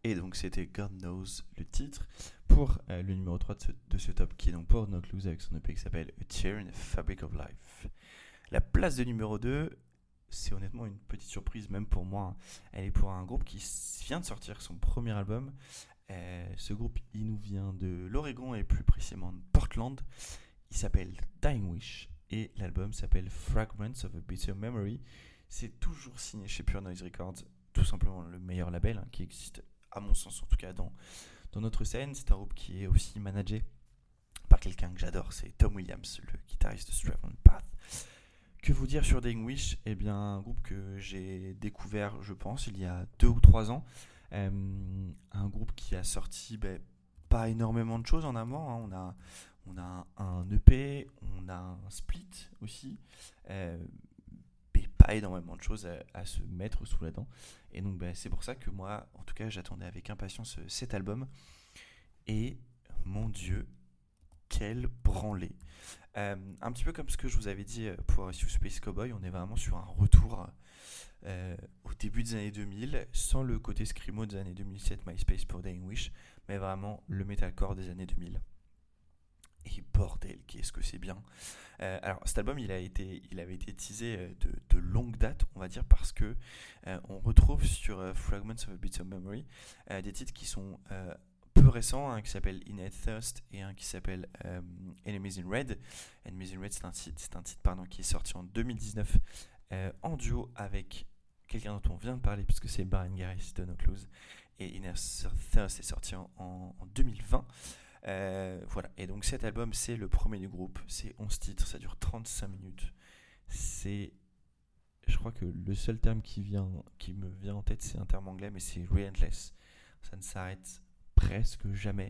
Et donc c'était God Knows le titre pour euh, le numéro trois de ce, de ce top, qui est donc pour Knocked Loose avec son E P qui s'appelle A Tear in the Fabric of Life. La place de numéro deux, c'est honnêtement une petite surprise même pour moi. Elle est pour un groupe qui vient de sortir son premier album. Euh, ce groupe, il nous vient de l'Oregon et plus précisément de Portland. Il s'appelle Dying Wish et l'album s'appelle Fragments of a Bitter Memory. C'est toujours signé chez Pure Noise Records, tout simplement le meilleur label hein, qui existe à mon sens en tout cas dans, dans notre scène. C'est un groupe qui est aussi managé par quelqu'un que j'adore, c'est Tom Williams, le guitariste de Stray on Path. Que vous dire sur Dying Wish? Eh bien, un groupe que j'ai découvert, je pense, il y a deux ou trois ans. Euh, un groupe qui a sorti ben, pas énormément de choses en avant. Hein. On a, on a un E P, on a un split aussi, euh, mais pas énormément de choses à, à se mettre sous la dent. Et donc, ben, c'est pour ça que moi, en tout cas, j'attendais avec impatience cet album. Et mon Dieu, quel branlé! Euh, un petit peu comme ce que je vous avais dit pour Sur Space Cowboy, on est vraiment sur un retour euh, au début des années deux mille, sans le côté scrimo des années deux mille sept, MySpace pour Dying Wish, mais vraiment le metalcore des années deux mille. Et bordel, qu'est-ce que c'est bien! Euh, alors cet album, il a été, il avait été teasé de, de longue date, on va dire, parce que euh, on retrouve sur euh, Fragments of a Bitter Memory euh, des titres qui sont euh, peu récent, un qui s'appelle Innate Thirst et un qui s'appelle euh, Enemies in Red. Enemies in Red, c'est un titre, c'est un titre pardon, qui est sorti en deux mille dix-neuf euh, en duo avec quelqu'un dont on vient de parler, puisque c'est Brian Garris de Knocked Loose. Et Innate Thirst est sorti en, en, en deux mille vingt. Euh, voilà, et donc cet album, c'est le premier du groupe. C'est onze titres, ça dure trente-cinq minutes. C'est. Je crois que le seul terme qui, vient, qui me vient en tête, c'est un terme anglais, mais c'est relentless. Ça ne s'arrête presque jamais.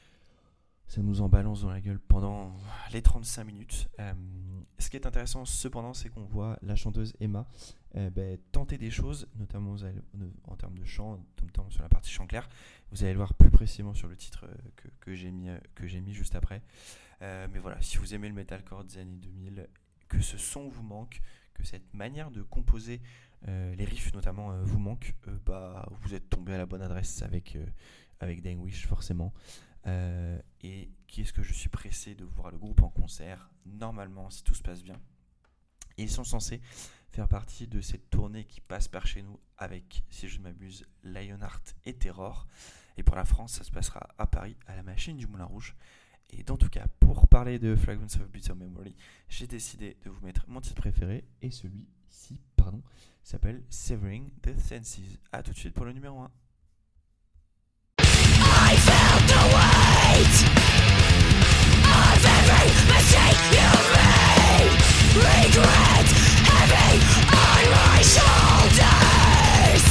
Ça nous en balance dans la gueule pendant les trente-cinq minutes. Euh, ce qui est intéressant cependant, c'est qu'on voit la chanteuse Emma euh, bah, tenter des choses, notamment allez, en termes de chant, notamment sur la partie chant clair. Vous allez le voir plus précisément sur le titre que, que, j'ai, mis, que j'ai mis juste après. Euh, mais voilà, si vous aimez le metalcore des années deux mille, que ce son vous manque, que cette manière de composer euh, les riffs notamment euh, vous manque, euh, bah, vous êtes tombé à la bonne adresse avec... Euh, avec Dying Wish forcément. Euh, et qu'est-ce que je suis pressé de voir le groupe en concert. Normalement, si tout se passe bien, ils sont censés faire partie de cette tournée qui passe par chez nous avec, si je ne m'abuse, Lionheart et Terror. Et pour la France, ça se passera à Paris, à la Machine du Moulin Rouge. Et dans tout cas, pour parler de Fragments of a Bitter Memory, j'ai décidé de vous mettre mon titre préféré, et celui-ci, pardon, s'appelle Severing the Senses. A tout de suite pour le numéro un. I felt the weight of every mistake you made. Regret heavy on my shoulders.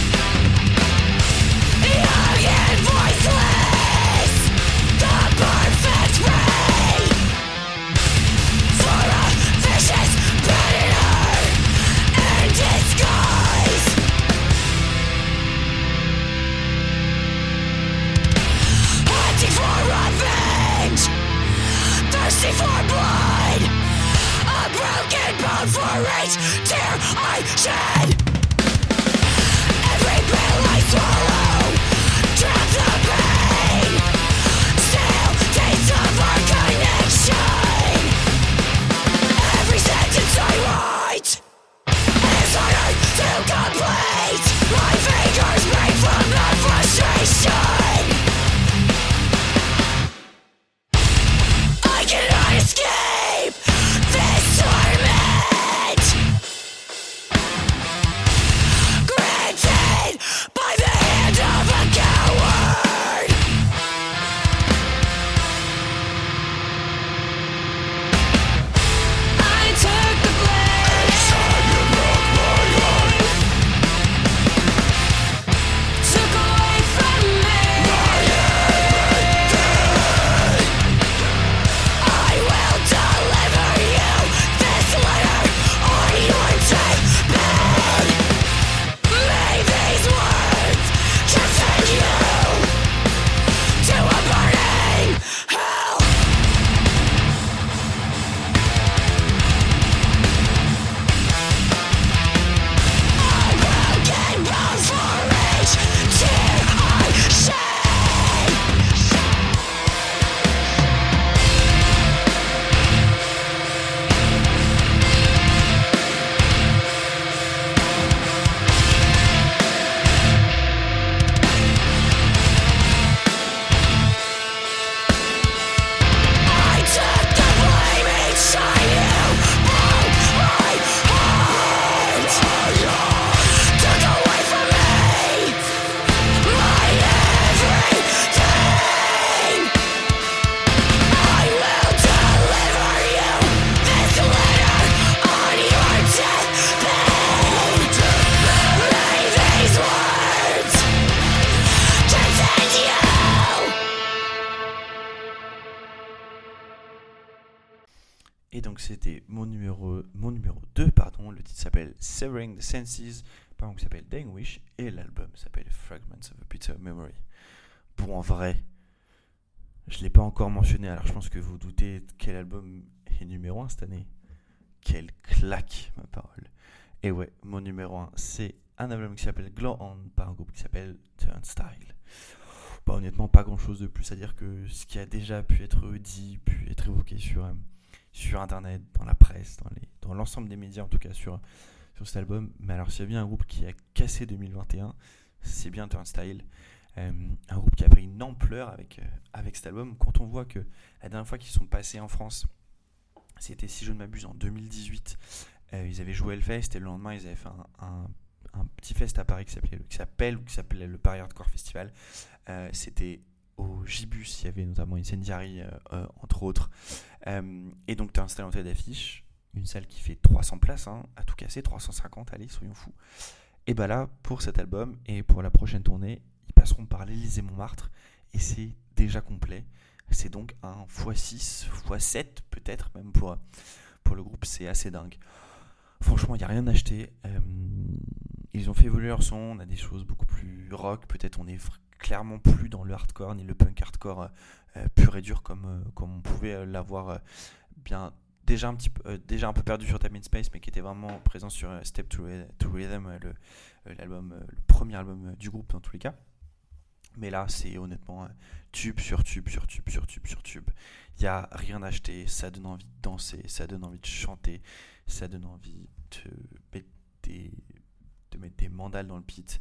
Young and voiceless, the perfect prey for a vicious predator in disguise. Hunting for revenge, thirsty for blood, a broken bone for each tear I shed. Every pill I swallow drowns the pain, still taste of our connection. Every sentence I write is harder to complete. My fingers break from the frustration. I cannot escape this torment, granted by the hand c'était mon numéro, mon numéro deux, pardon. Le titre s'appelle Severing the Senses, par un groupe qui s'appelle Dying Wish, et l'album s'appelle Fragments of a Bitter Memory. Bon, en vrai, je ne l'ai pas encore mentionné, alors je pense que vous vous doutez quel album est numéro un cette année. Quelle claque, ma parole. Et ouais, mon numéro un, c'est un album qui s'appelle Glow On, par un groupe qui s'appelle Turnstile. Bah, honnêtement, pas grand chose de plus à dire que ce qui a déjà pu être dit, pu être évoqué sur, euh, sur internet, dans la presse, dans, les, dans l'ensemble des médias en tout cas sur, sur cet album. Mais alors, s'il y a bien un groupe qui a cassé deux mille vingt et un, c'est bien Turnstile. Euh, un groupe qui a pris une ampleur avec, euh, avec cet album. Quand on voit que la dernière fois qu'ils sont passés en France, c'était, si je ne m'abuse, en deux mille dix-huit, euh, ils avaient joué Hellfest et le lendemain ils avaient fait un, un, un petit fest à Paris qui s'appelait, qui s'appelle ou qui s'appelait le Paris Hardcore Festival. Euh, c'était au Gibus, il y avait notamment Incendiary euh, euh, entre autres, euh, et donc tu as installé en tête d'affiche une salle qui fait trois cents places, hein, à tout casser, trois cent cinquante, allez, soyons fous. Et bah là, pour cet album et pour la prochaine tournée, ils passeront par l'Élysée-Montmartre et c'est déjà complet. C'est donc un fois six, fois sept peut-être même pour, pour le groupe, c'est assez dingue. Franchement, il n'y a rien à acheter. Euh, ils ont fait évoluer leur son, on a des choses beaucoup plus rock, peut-être on est clairement plus dans le hardcore ni le punk hardcore euh, pur et dur comme, euh, comme on pouvait l'avoir euh, bien déjà un petit peu euh, déjà un peu perdu sur Time and Space, mais qui était vraiment présent sur euh, Step to, to Rhythm, euh, le, euh, l'album, euh, le premier album euh, du groupe dans tous les cas. Mais là, c'est honnêtement euh, tube sur tube sur tube sur tube sur tube. Il n'y a rien à acheter, ça donne envie de danser, ça donne envie de chanter, ça donne envie de mettre des, de mettre des mandales dans le pit.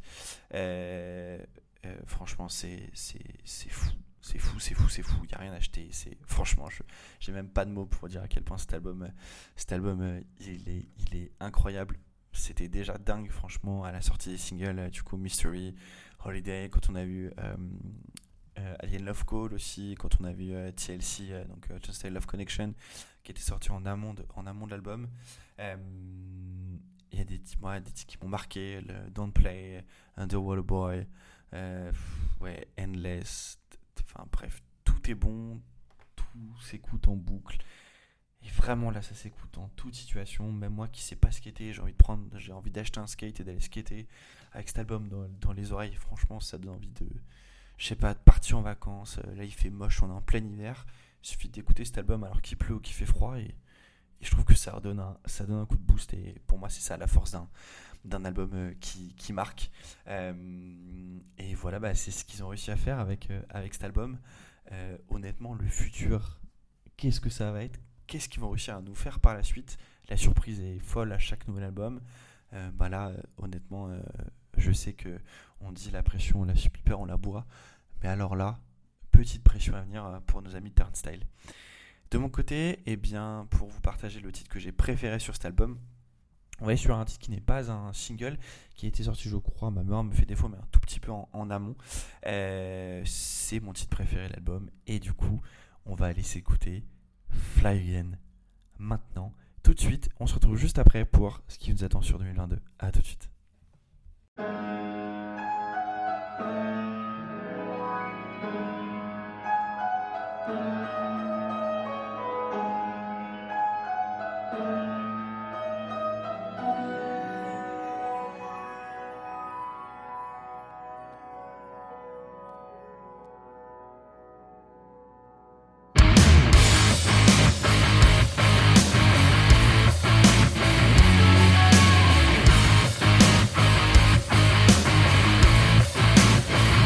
Euh, euh, franchement, c'est, c'est, c'est fou. C'est fou, c'est fou, c'est fou. Il n'y a rien à acheter. C'est, franchement, je j'ai même pas de mots pour dire à quel point cet album, cet album euh, il, est, il est incroyable. C'était déjà dingue, franchement, à la sortie des singles, du coup, Mystery, Holiday, quand on a vu euh, euh, Alien Love Call aussi, quand on a vu euh, T L C, euh, donc uh, Just a Love Connection, qui était sorti en amont de, en amont de l'album. Il euh, y a des, ouais, des titres qui m'ont marqué, le Don't Play, Underwater Boy, euh, ouais, Endless, enfin bref, tout est bon, tout s'écoute en boucle. Et vraiment là ça s'écoute en toute situation. Même moi qui sais pas skater, j'ai envie de prendre, j'ai envie d'acheter un skate et d'aller skater avec cet album dans, dans les oreilles. Franchement ça donne envie de, je sais pas, de partir en vacances. Là il fait moche, on est en plein hiver, il suffit d'écouter cet album alors qu'il pleut ou qu'il fait froid, et, et je trouve que ça redonne un, ça donne un coup de boost. Et pour moi c'est ça la force d'un, d'un album euh, qui, qui marque. Euh, et voilà, bah, c'est ce qu'ils ont réussi à faire avec, euh, avec cet album. Euh, honnêtement le futur, qu'est-ce que ça va être? Qu'est-ce qu'ils vont réussir à nous faire par la suite? La surprise est folle à chaque nouvel album. Euh, bah là, euh, honnêtement, euh, je sais que on dit la pression, la piper, on la boit. Mais alors là, petite pression à venir euh, pour nos amis de Turnstile. De mon côté, eh bien, pour vous partager le titre que j'ai préféré sur cet album, on va aller sur un titre qui n'est pas un single, qui a été sorti, je crois, ma mémoire me fait défaut, mais un tout petit peu en, en amont. Euh, c'est mon titre préféré de l'album. Et du coup, on va aller s'écouter Fly Again maintenant, tout de suite. On se retrouve juste après pour ce qui nous attend sur deux mille vingt-deux. A tout de suite. Fly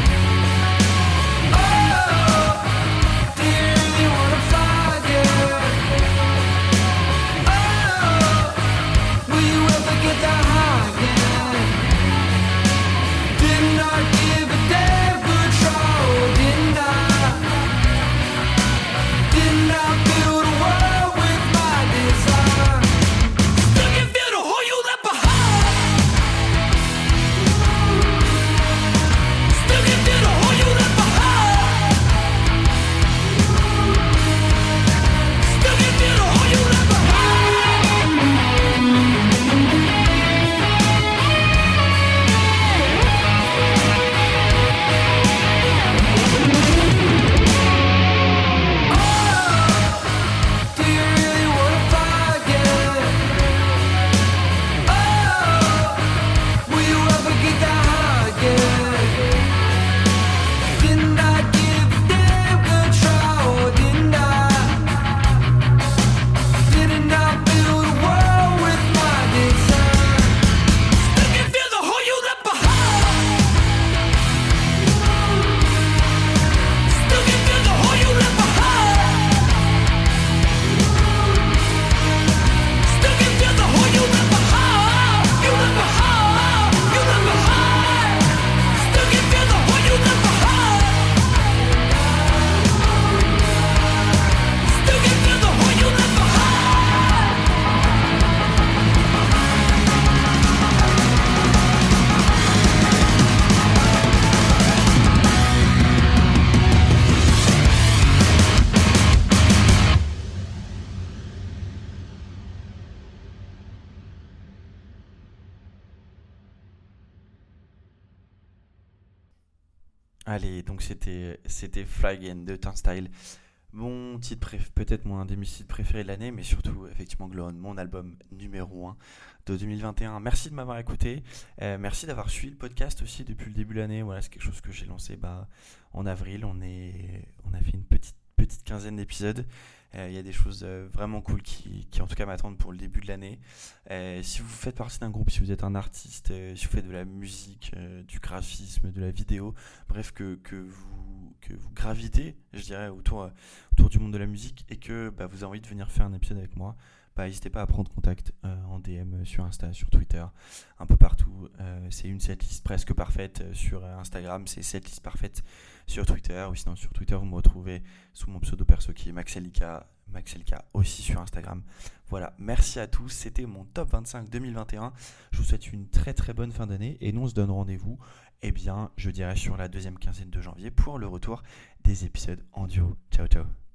Allez, donc c'était, c'était Fly Again de Turnstile. Mon titre préf- peut-être mon un de mes titres préférés de l'année, mais surtout effectivement Glow On, mon album numéro un de deux mille vingt et un. Merci de m'avoir écouté, Euh, merci d'avoir suivi le podcast aussi depuis le début de l'année. Voilà, c'est quelque chose que j'ai lancé bah, en avril. On, est, on a fait une petite, petite quinzaine d'épisodes. Euh, Il y a des choses euh, vraiment cool qui, qui en tout cas m'attendent pour le début de l'année. Euh, si vous faites partie d'un groupe, si vous êtes un artiste, euh, si vous faites de la musique, euh, du graphisme, de la vidéo, bref, que, que, vous, que vous gravitez, je dirais, autour, euh, autour du monde de la musique et que bah, vous avez envie de venir faire un épisode avec moi, bah, n'hésitez pas à prendre contact euh, en D M sur Insta, sur Twitter, un peu partout. Euh, c'est une setlist presque parfaite euh, sur euh, Instagram, c'est setlist parfaite sur Twitter, ou sinon sur Twitter vous me retrouvez sous mon pseudo perso qui est Maxelika, Maxelika aussi sur Instagram. Voilà, merci à tous, c'était mon top vingt-cinq deux mille vingt et un. Je vous souhaite une très très bonne fin d'année et nous on se donne rendez-vous, eh bien, je dirais sur la deuxième quinzaine de janvier pour le retour des épisodes en duo. Ciao ciao.